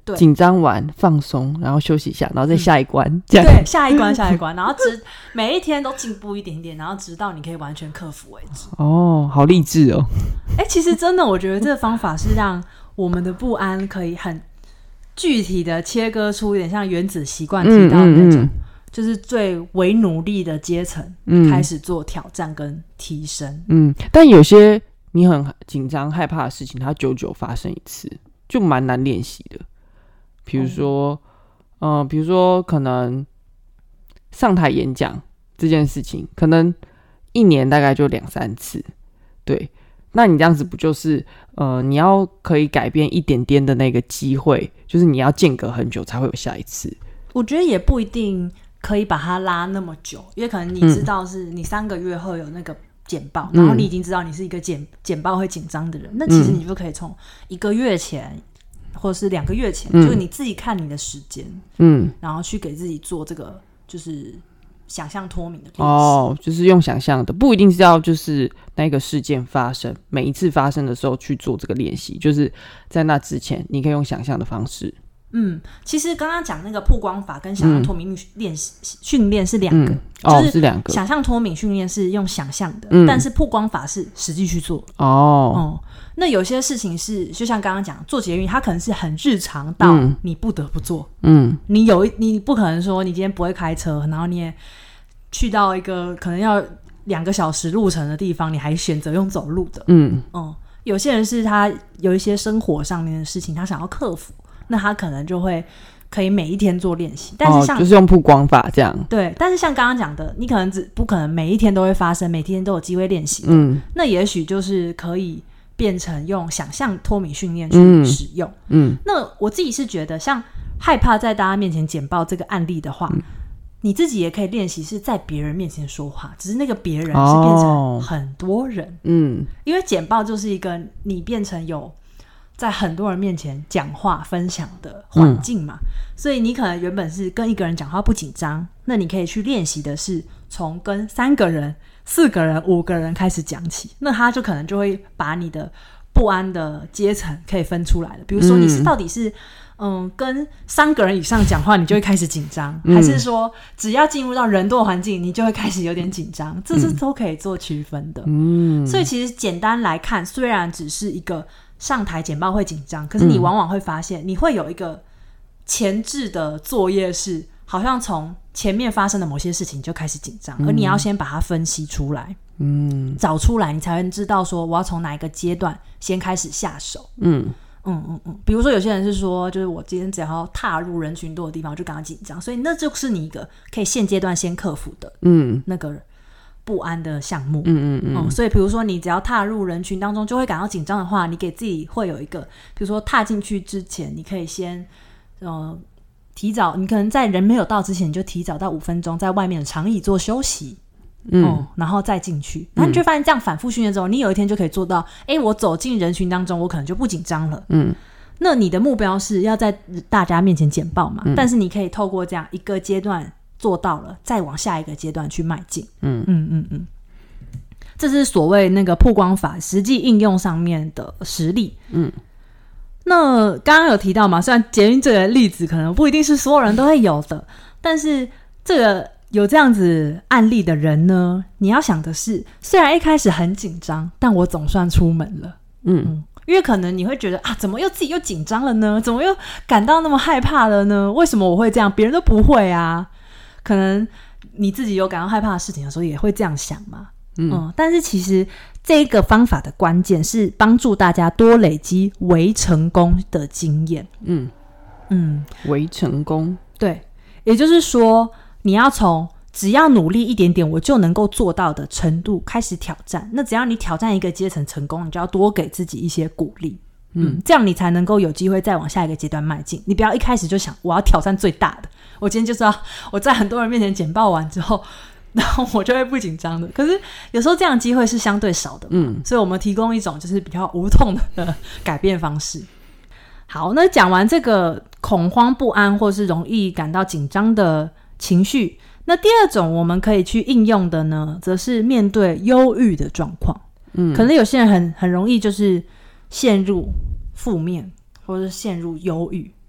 对， 紧张完放松，然后休息一下，然后再下一关，嗯、这样对，下一关下一关，然后直每一天都进步一点点，然后直到你可以完全克服为止。 哦，好励志哦！ 哎、欸，其实真的，我觉得这个方法是让我们的不安可以很具体的切割出一点像原子习惯提到的那种。嗯嗯嗯，就是最为努力的阶层、嗯、开始做挑战跟提升。 嗯，但有些你很紧张害怕的事情，它久久发生一次就蛮难练习的。比如说、哦、呃，比如说可能上台演讲这件事情，可能一年大概就两三次。对，那你这样子不就是呃，你要可以改变一点点的那个机会，就是你要间隔很久才会有下一次。 我觉得也不一定可以把它拉那么久，因为可能你知道是你三个月后有那个简报、嗯、然后你已经知道你是一个简简报会紧张的人，那其实你就可以从一个月前或者是两个月前、嗯、就是你自己看你的时间，嗯，然后去给自己做这个就是想象脱敏的练习。 哦，就是用想象的，不一定是要就是那个事件发生，每一次发生的时候去做这个练习，就是在那之前你可以用想象的方式。 嗯，其实刚刚讲那个曝光法跟想象脱敏练习训练是两个、嗯哦、 就是两个。 想象脱敏训练是用想象的、 嗯， 但是曝光法是实际去做。 哦、 嗯，那有些事情是就像刚刚讲做捷运，它可能是很日常到你不得不做。嗯，你有你不可能说你今天不会开车，然后你也去到一个可能要两个小时路程的地方，你还选择用走路的。嗯嗯，有些人是他有一些生活上面的事情他想要克服，那他可能就会可以每一天做练习，但是像、 哦、就是用曝光法这样。 对，但是像刚刚讲的，你可能只不可能每一天都会发生，每天都有机会练习的。嗯，那也许就是可以变成用想象脱敏训练去使用。嗯，嗯，那我自己是觉得，像害怕在大家面前简报这个案例的话，嗯，你自己也可以练习是在别人面前说话，只是那个别人是变成很多人。哦、嗯，因为简报就是一个你变成有在很多人面前讲话分享的环境嘛、嗯、所以你可能原本是跟一个人讲话不紧张，那你可以去练习的是从跟三个人四个人五个人开始讲起，那他就可能就会把你的不安的阶层可以分出来了。比如说你是到底是嗯跟三个人以上讲话你就会开始紧张、嗯、还是说只要进入到人多的环境你就会开始有点紧张，这是都可以做区分的。嗯，所以其实简单来看，虽然只是一个上台简报会紧张，可是你往往会发现你会有一个前置的作业，是好像从前面发生的某些事情就开始紧张、嗯、而你要先把它分析出来，嗯，找出来，你才会知道说我要从哪一个阶段先开始下手。嗯嗯嗯嗯，比如说有些人是说就是我今天只要踏入人群多的地方我就感到紧张，所以那就是你一个可以现阶段先克服的嗯那个不安的项目。嗯嗯嗯、哦，所以比如说你只要踏入人群当中就会感到紧张的话，你给自己会有一个，比如说踏进去之前你可以先呃提早，你可能在人没有到之前你就提早到五分钟在外面的长椅做休息。嗯、哦，然后再进去，然后你就会发现这样反复训练之后、嗯、你有一天就可以做到，诶，我走进人群当中我可能就不紧张了。嗯，那你的目标是要在大家面前简报嘛、嗯、但是你可以透过这样一个阶段做到了，再往下一个阶段去迈进。嗯嗯嗯嗯，这是所谓那个曝光法实际应用上面的实例。嗯，那刚刚有提到嘛，虽然捷运这个例子可能不一定是所有人都会有的，但是这个有这样子案例的人呢，你要想的是，虽然一开始很紧张，但我总算出门了。嗯, 嗯因为可能你会觉得啊，怎么又自己又紧张了呢？怎么又感到那么害怕了呢？为什么我会这样？别人都不会啊。可能你自己有感到害怕的事情的时候也会这样想嘛。 嗯, 嗯但是其实这个方法的关键是帮助大家多累积微成功的经验。嗯嗯， 微成功， 对，也就是说你要从只要努力一点点我就能够做到的程度开始挑战，那只要你挑战一个阶层成功，你就要多给自己一些鼓励。嗯，这样你才能够有机会再往下一个阶段迈进。你不要一开始就想我要挑战最大的，我今天就是要我在很多人面前简报完之后然后我就会不紧张的，可是有时候这样的机会是相对少的嘛。嗯，所以我们提供一种就是比较无痛的改变方式。好，那讲完这个恐慌不安或是容易感到紧张的情绪，那第二种我们可以去应用的呢，则是面对忧郁的状况。嗯，可能有些人很很容易就是陷入负面或是陷入忧郁，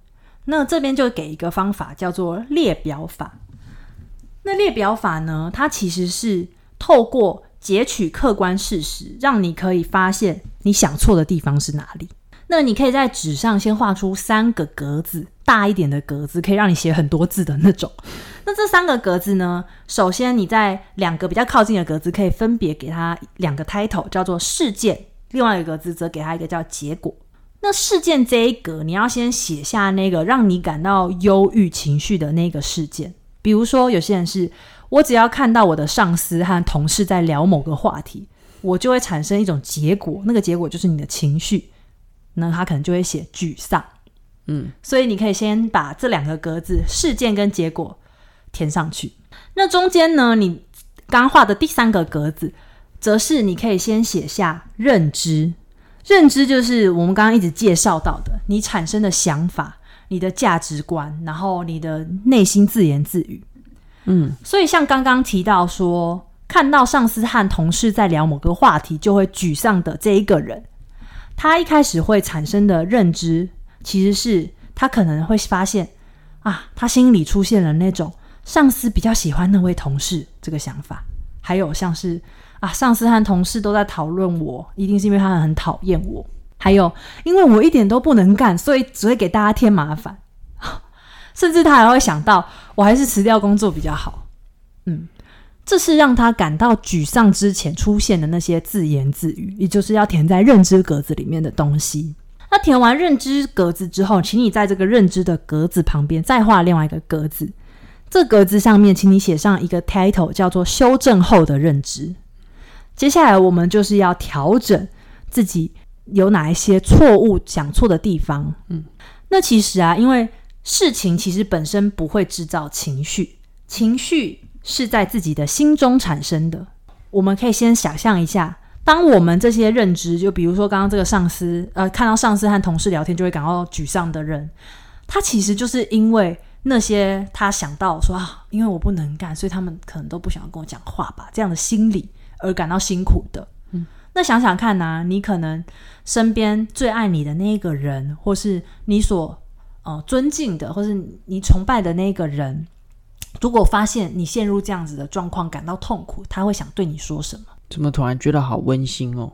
那这边就给一个方法叫做列表法。那列表法呢，它其实是透过截取客观事实，让你可以发现你想错的地方是哪里。那你可以在纸上先画出三个格子，大一点的格子，可以让你写很多字的那种。那这三个格子呢，首先你在两个比较靠近的格子可以分别给它两个 title， 叫做事件，另外一个格子则给它一个叫结果。那事件这一格，你要先写下那个让你感到忧郁情绪的那个事件。比如说有些人是，我只要看到我的上司和同事在聊某个话题，我就会产生一种结果，那个结果就是你的情绪，那他可能就会写沮丧。嗯，所以你可以先把这两个格子事件跟结果填上去。那中间呢，你刚画的第三个格子则是你可以先写下认知。认知就是我们刚刚一直介绍到的，你产生的想法，你的价值观，然后你的内心自言自语。嗯，所以像刚刚提到说，看到上司和同事在聊某个话题就会沮丧的这一个人，他一开始会产生的认知，其实是他可能会发现啊，他心里出现了那种上司比较喜欢那位同事这个想法，还有像是啊，上司和同事都在讨论我，一定是因为他们很讨厌我，还有因为我一点都不能干，所以只会给大家添麻烦。甚至他还会想到我还是辞掉工作比较好。嗯，这是让他感到沮丧之前出现的那些自言自语，也就是要填在认知格子里面的东西。那填完认知格子之后，请你在这个认知的格子旁边再画另外一个格子，这格子上面请你写上一个 title， 叫做修正后的认知。接下来我们就是要调整自己有哪一些错误想错的地方。嗯，那其实啊，因为事情其实本身不会制造情绪，情绪是在自己的心中产生的。我们可以先想象一下，当我们这些认知，就比如说刚刚这个上司呃，看到上司和同事聊天就会感到沮丧的人，他其实就是因为那些他想到说啊，因为我不能干，所以他们可能都不想要跟我讲话吧，这样的心理而感到辛苦的。嗯，那想想看啊，你可能身边最爱你的那一个人，或是你所呃尊敬的，或是你崇拜的那个人，如果发现你陷入这样子的状况感到痛苦，他会想对你说什么？ 怎么突然觉得好温馨哦？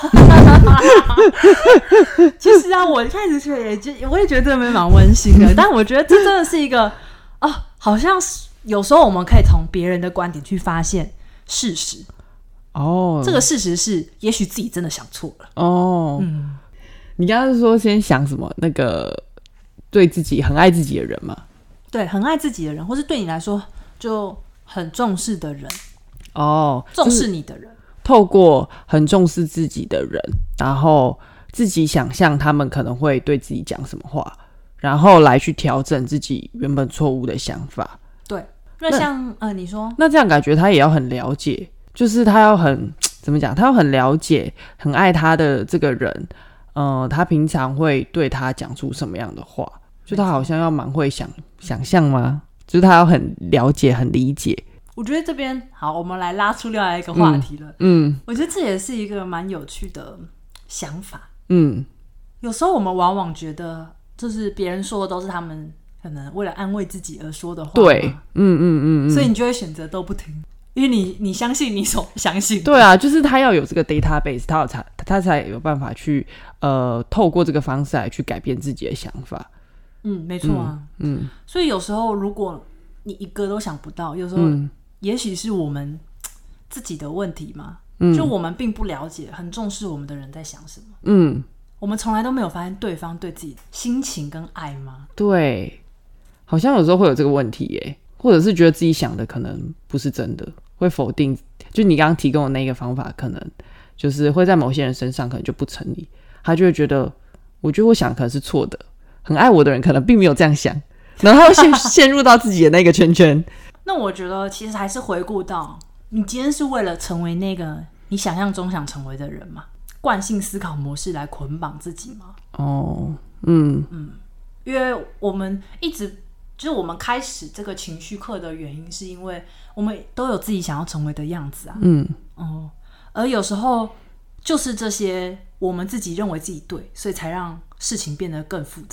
其实啊，我一开始也觉我也觉得这边蛮温馨的，但我觉得这真的是一个哦，好像是有时候我们可以从别人的观点去发现事实。哦，这个事实是，也许自己真的想错了。哦，嗯， 你刚刚是说先想什么？那个对自己很爱自己的人吗？ 对，很爱自己的人，或是对你来说就很重视的人。 哦， 重视你的人。 透过很重视自己的人，然后自己想象他们可能会对自己讲什么话，然后来去调整自己原本错误的想法。 对，那像那呃，你说， 那这样感觉他也要很了解，就是他要很怎么讲？他要很了解、很爱他的这个人，呃，他平常会对他讲出什么样的话？就他好像要蛮会想想象吗？就是他要很了解、很理解。 我觉得这边好，我们来拉出另外一个话题了。嗯，嗯我觉得这也是一个蛮有趣的想法。嗯，有时候我们往往觉得，就是别人说的都是他们可能为了安慰自己而说的话。 对，嗯嗯嗯， 所以你就会选择都不听，因为你你相信你所相信的。 对啊，就是他要有这个 database， 他有才他才有办法去呃透过这个方式来去改变自己的想法。 嗯，没错啊。嗯，嗯所以有时候如果你一个都想不到，有时候、嗯。也许是我们自己的问题嘛、嗯、就我们并不了解很重视我们的人在想什么。嗯，我们从来都没有发现对方对自己的心情跟爱吗？ 对，好像有时候会有这个问题耶，或者是觉得自己想的可能不是真的，会否定，就你刚刚提供的那个方法可能就是会在某些人身上可能就不成立，他就会觉得我觉得我想的可能是错的，很爱我的人可能并没有这样想，然后他会 陷, 陷入到自己的那个圈圈。 那我觉得其实还是回顾到你今天是为了成为那个你想象中想成为的人嘛，惯性思考模式来捆绑自己嘛。哦，嗯嗯，因为我们一直就是我们开始这个情绪课的原因是因为我们都有自己想要成为的样子啊。嗯哦，而有时候就是这些我们自己认为自己对，所以才让事情变得更复杂。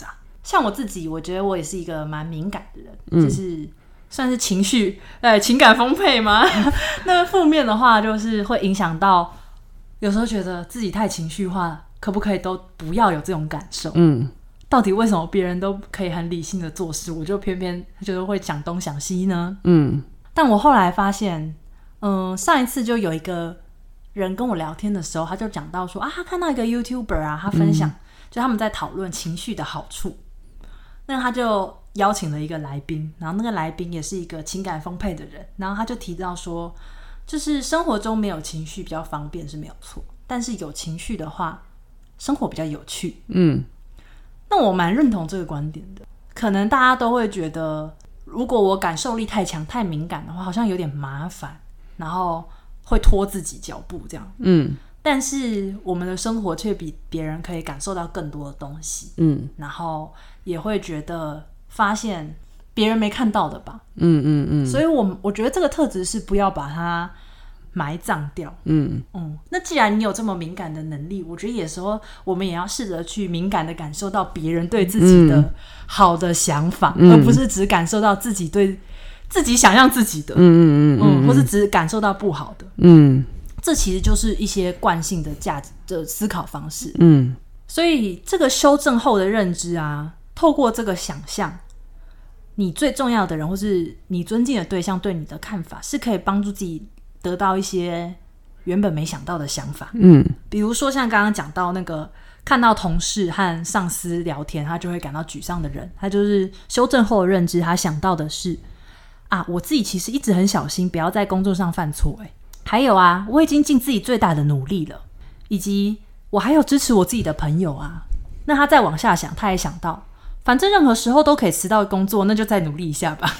像我自己，我觉得我也是一个蛮敏感的人，嗯、就是算是情绪呃情感丰沛吗？那负面的话，就是会影响到，有时候觉得自己太情绪化，可不可以都不要有这种感受？嗯，到底为什么别人都可以很理性的做事，我就偏偏觉得会想东想西呢？嗯，但我后来发现，嗯、呃，上一次就有一个人跟我聊天的时候，他就讲到说啊，他看到一个 YouTuber 啊，他分享、嗯、就他们在讨论情绪的好处。那他就邀请了一个来宾，然后那个来宾也是一个情感丰沛的人，然后他就提到说，就是生活中没有情绪比较方便是没有错，但是有情绪的话，生活比较有趣。嗯，那我蛮认同这个观点的。可能大家都会觉得，如果我感受力太强、太敏感的话，好像有点麻烦，然后会拖自己脚步这样。嗯。但是我们的生活却比别人可以感受到更多的东西，嗯，然后也会觉得发现别人没看到的吧，嗯嗯嗯，所以我我觉得这个特质是不要把它埋葬掉，嗯嗯。那既然你有这么敏感的能力，我觉得有时候我们也要试着去敏感的感受到别人对自己的好的想法，嗯、而不是只感受到自己对自己想象自己的，嗯嗯嗯 嗯, 嗯，或是只感受到不好的，嗯。这其实就是一些惯性的价值的思考方式，嗯，所以这个修正后的认知啊，透过这个想象，你最重要的人或是你尊敬的对象对你的看法，是可以帮助自己得到一些原本没想到的想法，嗯，比如说像刚刚讲到那个看到同事和上司聊天，他就会感到沮丧的人，他就是修正后的认知，他想到的是啊，我自己其实一直很小心，不要在工作上犯错，欸。还有啊，我已经尽自己最大的努力了，以及我还有支持我自己的朋友啊。那他再往下想，他也想到，反正任何时候都可以迟到工作，那就再努力一下吧。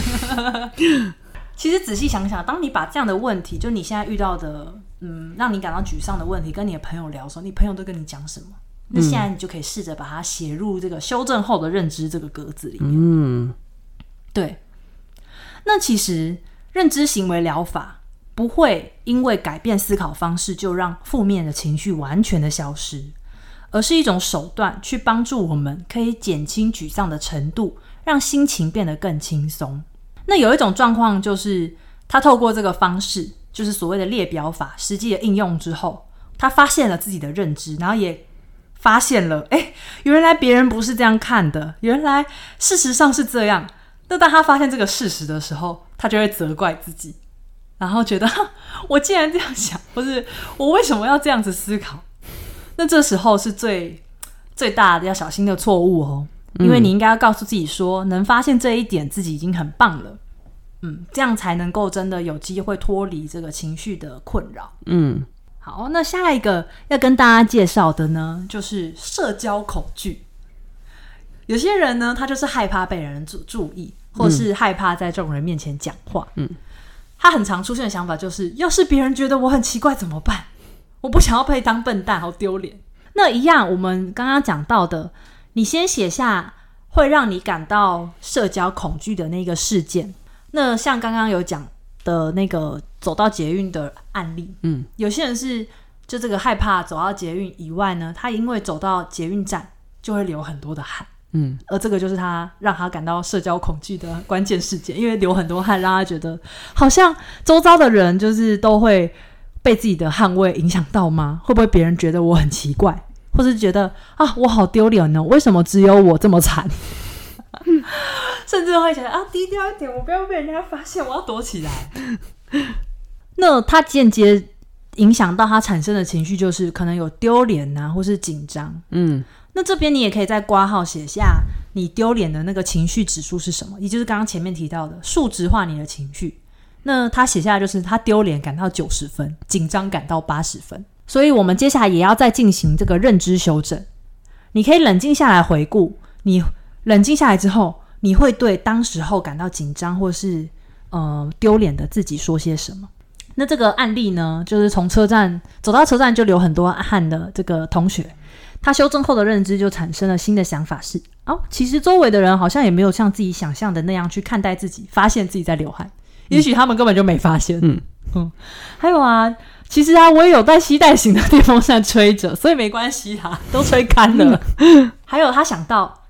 其实仔细想想，当你把这样的问题，就你现在遇到的，嗯，让你感到沮丧的问题，跟你的朋友聊的时候，你朋友都跟你讲什么？那现在你就可以试着把它写入这个修正后的认知这个格子里面。嗯，对。那其实认知行为疗法不会因为改变思考方式就让负面的情绪完全的消失，而是一种手段去帮助我们可以减轻沮丧的程度，让心情变得更轻松。那有一种状况就是他透过这个方式，就是所谓的列表法实际的应用之后，他发现了自己的认知，然后也发现了诶，原来别人不是这样看的，原来事实上是这样。那当他发现这个事实的时候，他就会责怪自己，然后觉得我既然这样想，或是我为什么要这样子思考？那这时候是最最大的要小心的错误哦，因为你应该要告诉自己说，能发现这一点自己已经很棒了，嗯，这样才能够真的有机会脱离这个情绪的困扰。嗯，好，那下一个要跟大家介绍的呢，就是社交恐惧。有些人呢，他就是害怕被人注意，或是害怕在众人面前讲话。嗯，他很常出现的想法就是，要是别人觉得我很奇怪怎么办？我不想要被当笨蛋，好丢脸。那一样，我们刚刚讲到的，你先写下会让你感到社交恐惧的那个事件。那像刚刚有讲的那个走到捷运的案例，嗯，有些人是就这个害怕走到捷运以外呢，他因为走到捷运站就会流很多的汗。嗯，而这个就是他让他感到社交恐惧的关键事件，因为流很多汗让他觉得好像周遭的人就是都会被自己的汗味影响到吗？会不会别人觉得我很奇怪，或是觉得啊我好丢脸呢？为什么只有我这么惨？甚至会觉得啊低调一点，我不要被人家发现，我要躲起来。那他间接影响到他产生的情绪就是可能有丢脸啊，或是紧张。嗯，那这边你也可以在括号写下你丢脸的那个情绪指数是什么，也就是刚刚前面提到的数值化你的情绪。那他写下来就是他丢脸感到九十分，紧张感到八十分。所以我们接下来也要再进行这个认知修正。你可以冷静下来回顾，你冷静下来之后，你会对当时候感到紧张或是呃丢脸的自己说些什么。那这个案例呢，就是从车站走到车站就流很多汗的这个同学，他修正后的认知就产生了新的想法是，哦，其实周围的人好像也没有像自己想象的那样去看待自己，发现自己在流汗，也许他们根本就没发现。嗯嗯，还有啊，其实啊，我也有带吸带型的电风扇吹着，所以没关系啦，都吹干了。还有他想到，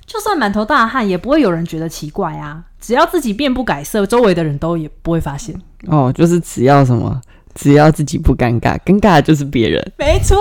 就算满头大汗也不会有人觉得奇怪啊，只要自己面不改色，周围的人都也不会发现。 哦，就是只要什么，只要自己不尴尬，尴尬的就是别人。 没错。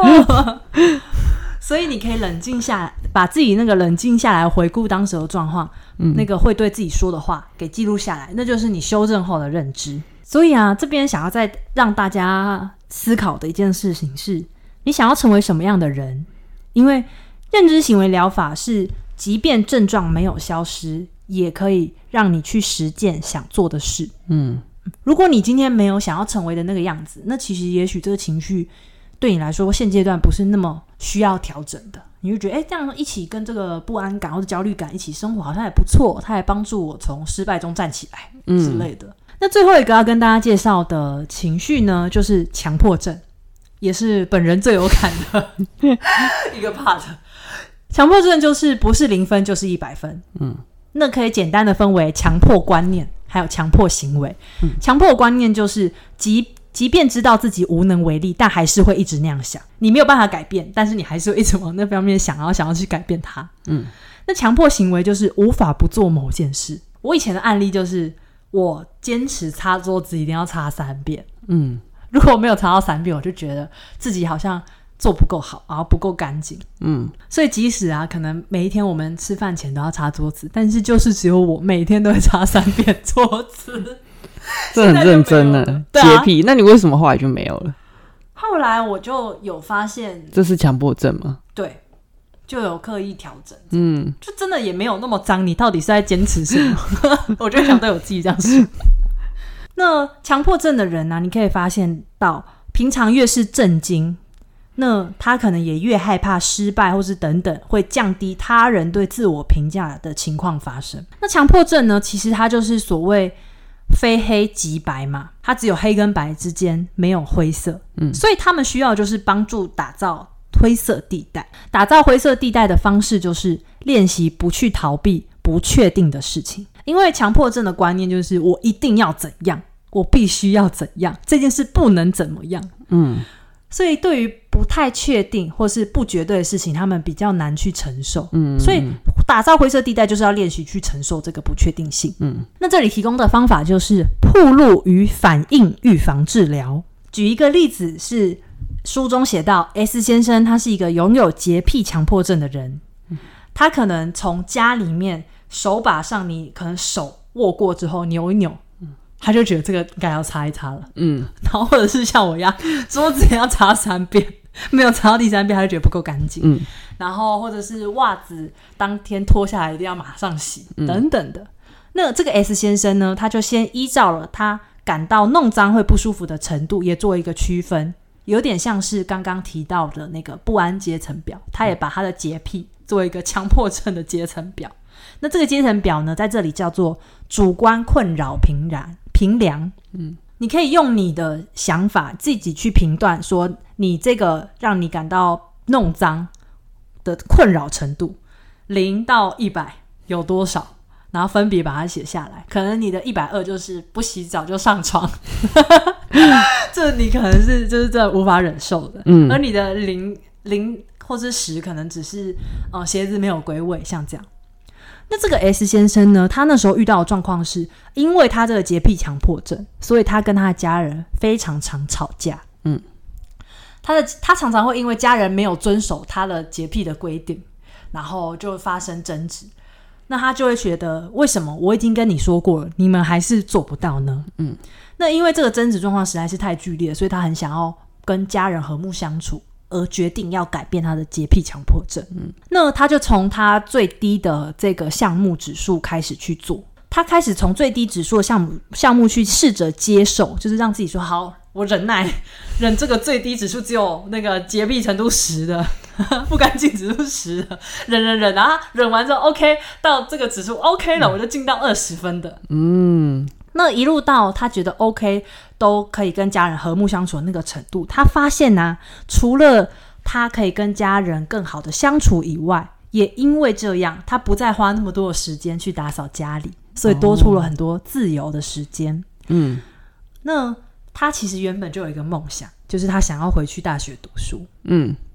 所以你可以冷静下来，把自己那个冷静下来回顾当时的状况、嗯、那个会对自己说的话给记录下来，那就是你修正后的认知。所以啊，这边想要再让大家思考的一件事情是，你想要成为什么样的人？因为认知行为疗法是即便症状没有消失，也可以让你去实践想做的事。嗯，如果你今天没有想要成为的那个样子，那其实也许这个情绪对你来说现阶段不是那么需要调整的，你就觉得哎，这样一起跟这个不安感或者焦虑感一起生活好像也不错，它也帮助我从失败中站起来之类的、嗯、那最后一个要跟大家介绍的情绪呢，就是强迫症，也是本人最有感的一个 part。 强迫症就是不是零分就是一百分，嗯，那可以简单的分为强迫观念还有强迫行为、嗯、强迫观念就是即即便知道自己无能为力，但还是会一直那样想，你没有办法改变，但是你还是会一直往那方面想，然后想要去改变它。嗯，那强迫行为就是无法不做某件事。我以前的案例就是我坚持擦桌子一定要擦三遍，嗯，如果我没有擦到三遍，我就觉得自己好像做不够好，然后不够干净，嗯，所以即使啊，可能每一天我们吃饭前都要擦桌子，但是就是只有我每天都会擦三遍桌子。 这很认真的洁癖、啊、那你为什么后来就没有了？ 后来我就有发现这是强迫症吗？ 对，就有刻意调整，嗯，就真的也没有那么脏，你到底是在坚持什么？我就想对我自己这样说。那强迫症的人啊，你可以发现到平常越是震惊，那他可能也越害怕失败或是等等，会降低他人对自我评价的情况发生。那强迫症呢，其实它就是所谓非黑即白嘛，它只有黑跟白之间，没有灰色、嗯、所以他们需要就是帮助打造灰色地带。打造灰色地带的方式就是练习不去逃避不确定的事情，因为强迫症的观念就是我一定要怎样，我必须要怎样，这件事不能怎么样，嗯，所以对于不太确定或是不绝对的事情，他们比较难去承受，嗯，所以打造灰色地带就是要练习去承受这个不确定性。嗯，那这里提供的方法就是暴露与反应预防治疗。举一个例子是书中写到 S 先生，他是一个拥有洁癖强迫症的人，他可能从家里面手把上你可能手握过之后扭一扭，他就觉得这个应该要擦一擦了，嗯，然后或者是像我一样桌子要擦三遍，没有擦到第三遍他就觉得不够干净，嗯，然后或者是袜子当天脱下来一定要马上洗、嗯、等等的。那这个 S 先生呢，他就先依照了他感到弄脏会不舒服的程度也做一个区分，有点像是刚刚提到的那个不安阶层表，他也把他的洁癖做一个强迫症的阶层表。那这个阶层表呢，在这里叫做主观困扰评量评量，嗯，你可以用你的想法自己去评断说你这个让你感到弄脏的困扰程度零到一百有多少，然后分别把它写下来。可能你的一百二就是不洗澡就上床这你可能是就是这无法忍受的，嗯，而你的零零或是十可能只是、呃、鞋子没有归位，像这样。那这个 S 先生呢，他那时候遇到的状况是因为他这个洁癖强迫症，所以他跟他的家人非常常吵架，嗯，他的他常常会因为家人没有遵守他的洁癖的规定，然后就发生争执。那他就会觉得为什么我已经跟你说过了，你们还是做不到呢？嗯，那因为这个争执状况实在是太剧烈，所以他很想要跟家人和睦相处，而决定要改变他的洁癖强迫症。嗯，那他就从他最低的这个项目指数开始去做，他开始从最低指数的项目项目去试着接受，就是让自己说好，我忍耐忍这个最低指数只有那个洁癖程度十的不干净指数十的，忍忍忍，然后忍完之后 OK 到这个指数 OK 了、嗯、我就进到二十分的。嗯，那一路到他觉得 OK 都可以跟家人和睦相处的那个程度，他发现啊，除了他可以跟家人更好的相处以外，也因为这样他不再花那么多的时间去打扫家里，所以多出了很多自由的时间。嗯，那他其实原本就有一个梦想，就是他想要回去大学读书。嗯，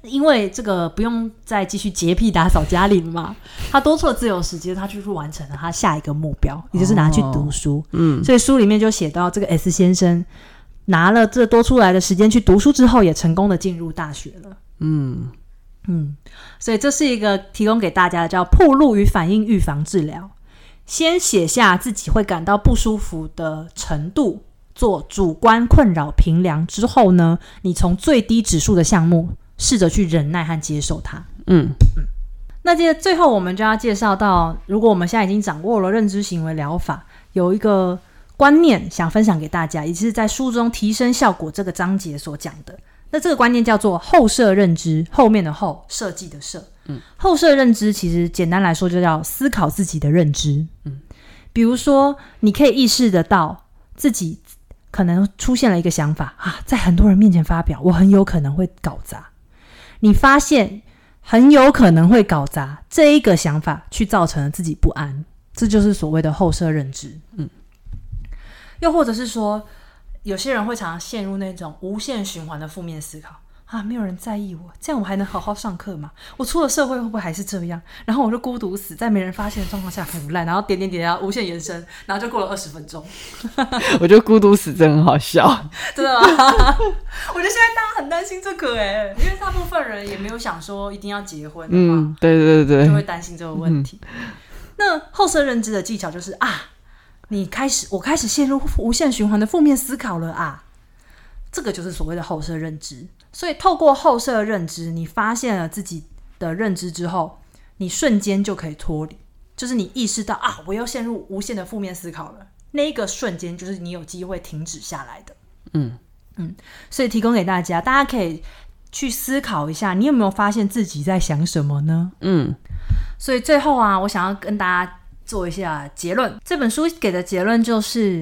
因为这个不用再继续洁癖打扫家里了嘛，他多出了自由时间，他就是完成了他下一个目标，也就是拿去读书。哦、嗯，所以书里面就写到，这个 S 先生拿了这多出来的时间去读书之后，也成功的进入大学了。嗯嗯，所以这是一个提供给大家的叫暴露与反应预防治疗。先写下自己会感到不舒服的程度，做主观困扰评量之后呢，你从最低指数的项目试着去忍耐和接受它。嗯嗯，那接着最后我们就要介绍到，如果我们现在已经掌握了认知行为疗法，有一个观念想分享给大家，也是在书中提升效果这个章节所讲的。那这个观念叫做后设认知，后面的后，设计的设。嗯，后设认知其实简单来说就叫思考自己的认知。嗯，比如说你可以意识得到自己可能出现了一个想法啊，在很多人面前发表，我很有可能会搞砸。你发现很有可能会搞砸这一个想法，去造成了自己不安，这就是所谓的后设认知。嗯，又或者是说，有些人会常常陷入那种无限循环的负面思考啊，没有人在意我，这样我还能好好上课吗？我出了社会会不会还是这样？然后我就孤独死在没人发现的状况下，很无赖，然后点点点点无限延伸，然后就过了二十分钟。 我觉得孤独死真的很好笑。 真的吗？我觉得现在大家很担心这个耶，因为大部分人也没有想说一定要结婚的话， 嗯，对对对， 就会担心这个问题。嗯、那后设认知的技巧就是啊，你开始我开始陷入无限循环的负面思考了啊，这个就是所谓的后设认知。所以透过后设认知，你发现了自己的认知之后，你瞬间就可以脱离，就是你意识到啊，我又陷入无限的负面思考了，那一个瞬间就是你有机会停止下来的。嗯嗯，所以提供给大家，大家可以去思考一下，你有没有发现自己在想什么呢？嗯，所以最后啊，我想要跟大家做一下结论。这本书给的结论就是，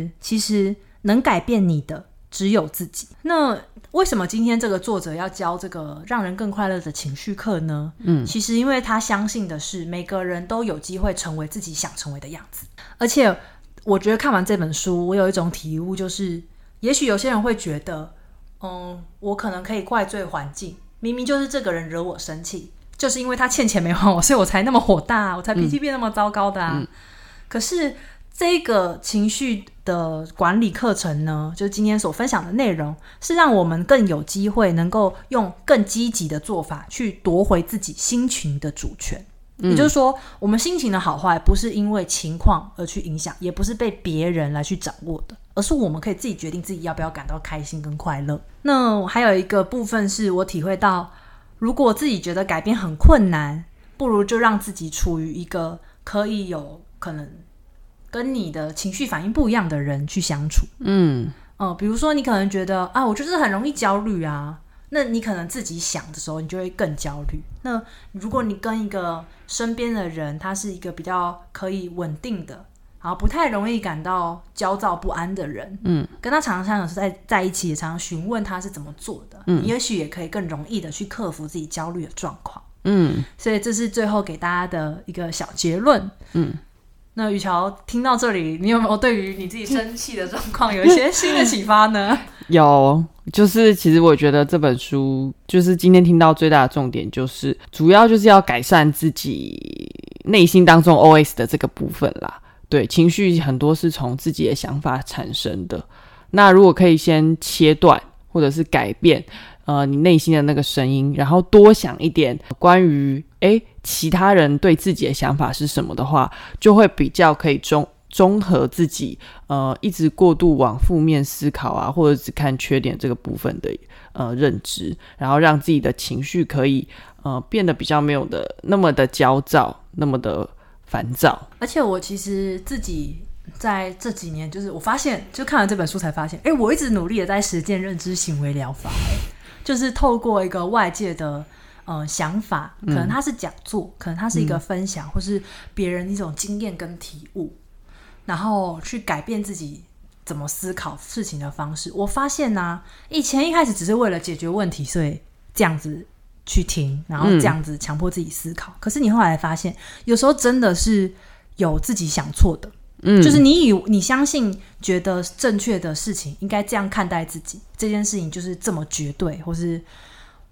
其实能改变你的只有自己。那为什么今天这个作者要教这个让人更快乐的情绪课呢？嗯，其实因为他相信的是每个人都有机会成为自己想成为的样子。而且我觉得看完这本书，我有一种体悟，就是也许有些人会觉得嗯，我可能可以怪罪环境，明明就是这个人惹我生气，就是因为他欠钱没还我，所以我才那么火大啊，我才脾气变那么糟糕的啊。嗯、可是这个情绪的管理课程呢，就是今天所分享的内容，是让我们更有机会能够用更积极的做法去夺回自己心情的主权。嗯、也就是说，我们心情的好坏不是因为情况而去影响，也不是被别人来去掌握的，而是我们可以自己决定自己要不要感到开心跟快乐。那还有一个部分是我体会到，如果自己觉得改变很困难，不如就让自己处于一个可以有可能跟你的情绪反应不一样的人去相处。嗯，呃，比如说你可能觉得啊，我就是很容易焦虑啊，那你可能自己想的时候，你就会更焦虑。那如果你跟一个身边的人，他是一个比较可以稳定的，然后不太容易感到焦躁不安的人，嗯，跟他常常是在在一起，也常常询问他是怎么做的，嗯，也许也可以更容易的去克服自己焦虑的状况。嗯，所以这是最后给大家的一个小结论。嗯。那雨乔听到这里，你有没有对于你自己生气的状况有一些新的启发呢？ 有，就是其实我觉得这本书就是今天听到最大的重点，就是主要就是要改善自己内心当中 O S 的这个部分啦。对，情绪很多是从自己的想法产生的，那如果可以先切断或者是改变呃，你内心的那个声音，然后多想一点关于诶其他人对自己的想法是什么的话，就会比较可以中综合自己呃一直过度往负面思考啊，或者只看缺点这个部分的呃认知，然后让自己的情绪可以呃变得比较没有的那么的焦躁，那么的烦躁。 而且我其实自己在这几年，就是我发现，就看了这本书才发现，哎，我一直努力的在实践认知行为疗法，就是透过一个外界的呃想法，可能它是讲座，嗯、可能它是一个分享，嗯、或是别人一种经验跟体悟，然后去改变自己怎么思考事情的方式。我发现啊，以前一开始只是为了解决问题，所以这样子去听，然后这样子强迫自己思考。嗯、可是你后来发现，有时候真的是有自己想错的。嗯，就是你以你相信觉得正确的事情应该这样看待自己，这件事情就是这么绝对，或是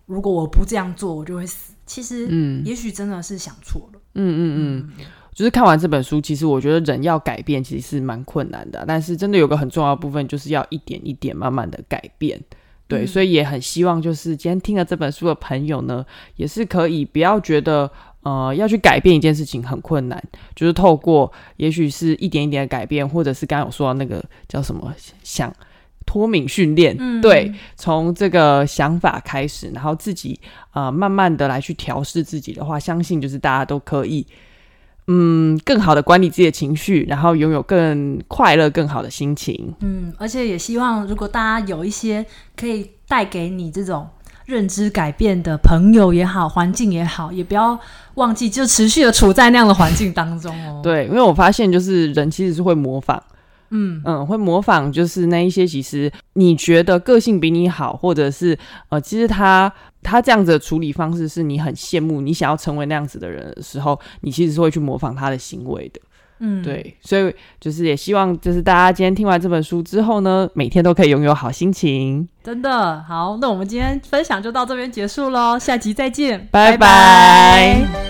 如果我不这样做我就会死，其实嗯，也许真的是想错了。 嗯嗯嗯，嗯就是看完这本书，其实我觉得人要改变其实是蛮困难的，但是真的有个很重要的部分，就是要一点一点慢慢的改变。对、嗯、所以也很希望就是今天听了这本书的朋友呢，也是可以不要觉得呃要去改变一件事情很困难，就是透过也许是一点一点的改变，或者是刚刚有说到那个叫什么想脱敏训练、嗯、对，从这个想法开始，然后自己呃慢慢的来去调试自己的话，相信就是大家都可以嗯，更好的管理自己的情绪，然后拥有更快乐更好的心情。 嗯，而且也希望如果大家有一些可以带给你这种认知改变的朋友也好，环境也好，也不要忘记就持续的处在那样的环境当中哦。 对，因为我发现就是人其实是会模仿，嗯嗯，会模仿就是那一些其实你觉得个性比你好，或者是呃，其实他他这样子的处理方式是你很羡慕，你想要成为那样子的人的时候，你其实是会去模仿他的行为的。嗯，对，所以就是也希望就是大家今天听完这本书之后呢，每天都可以拥有好心情。 真的好，那我们今天分享就到这边结束咯，下集再见， 拜拜。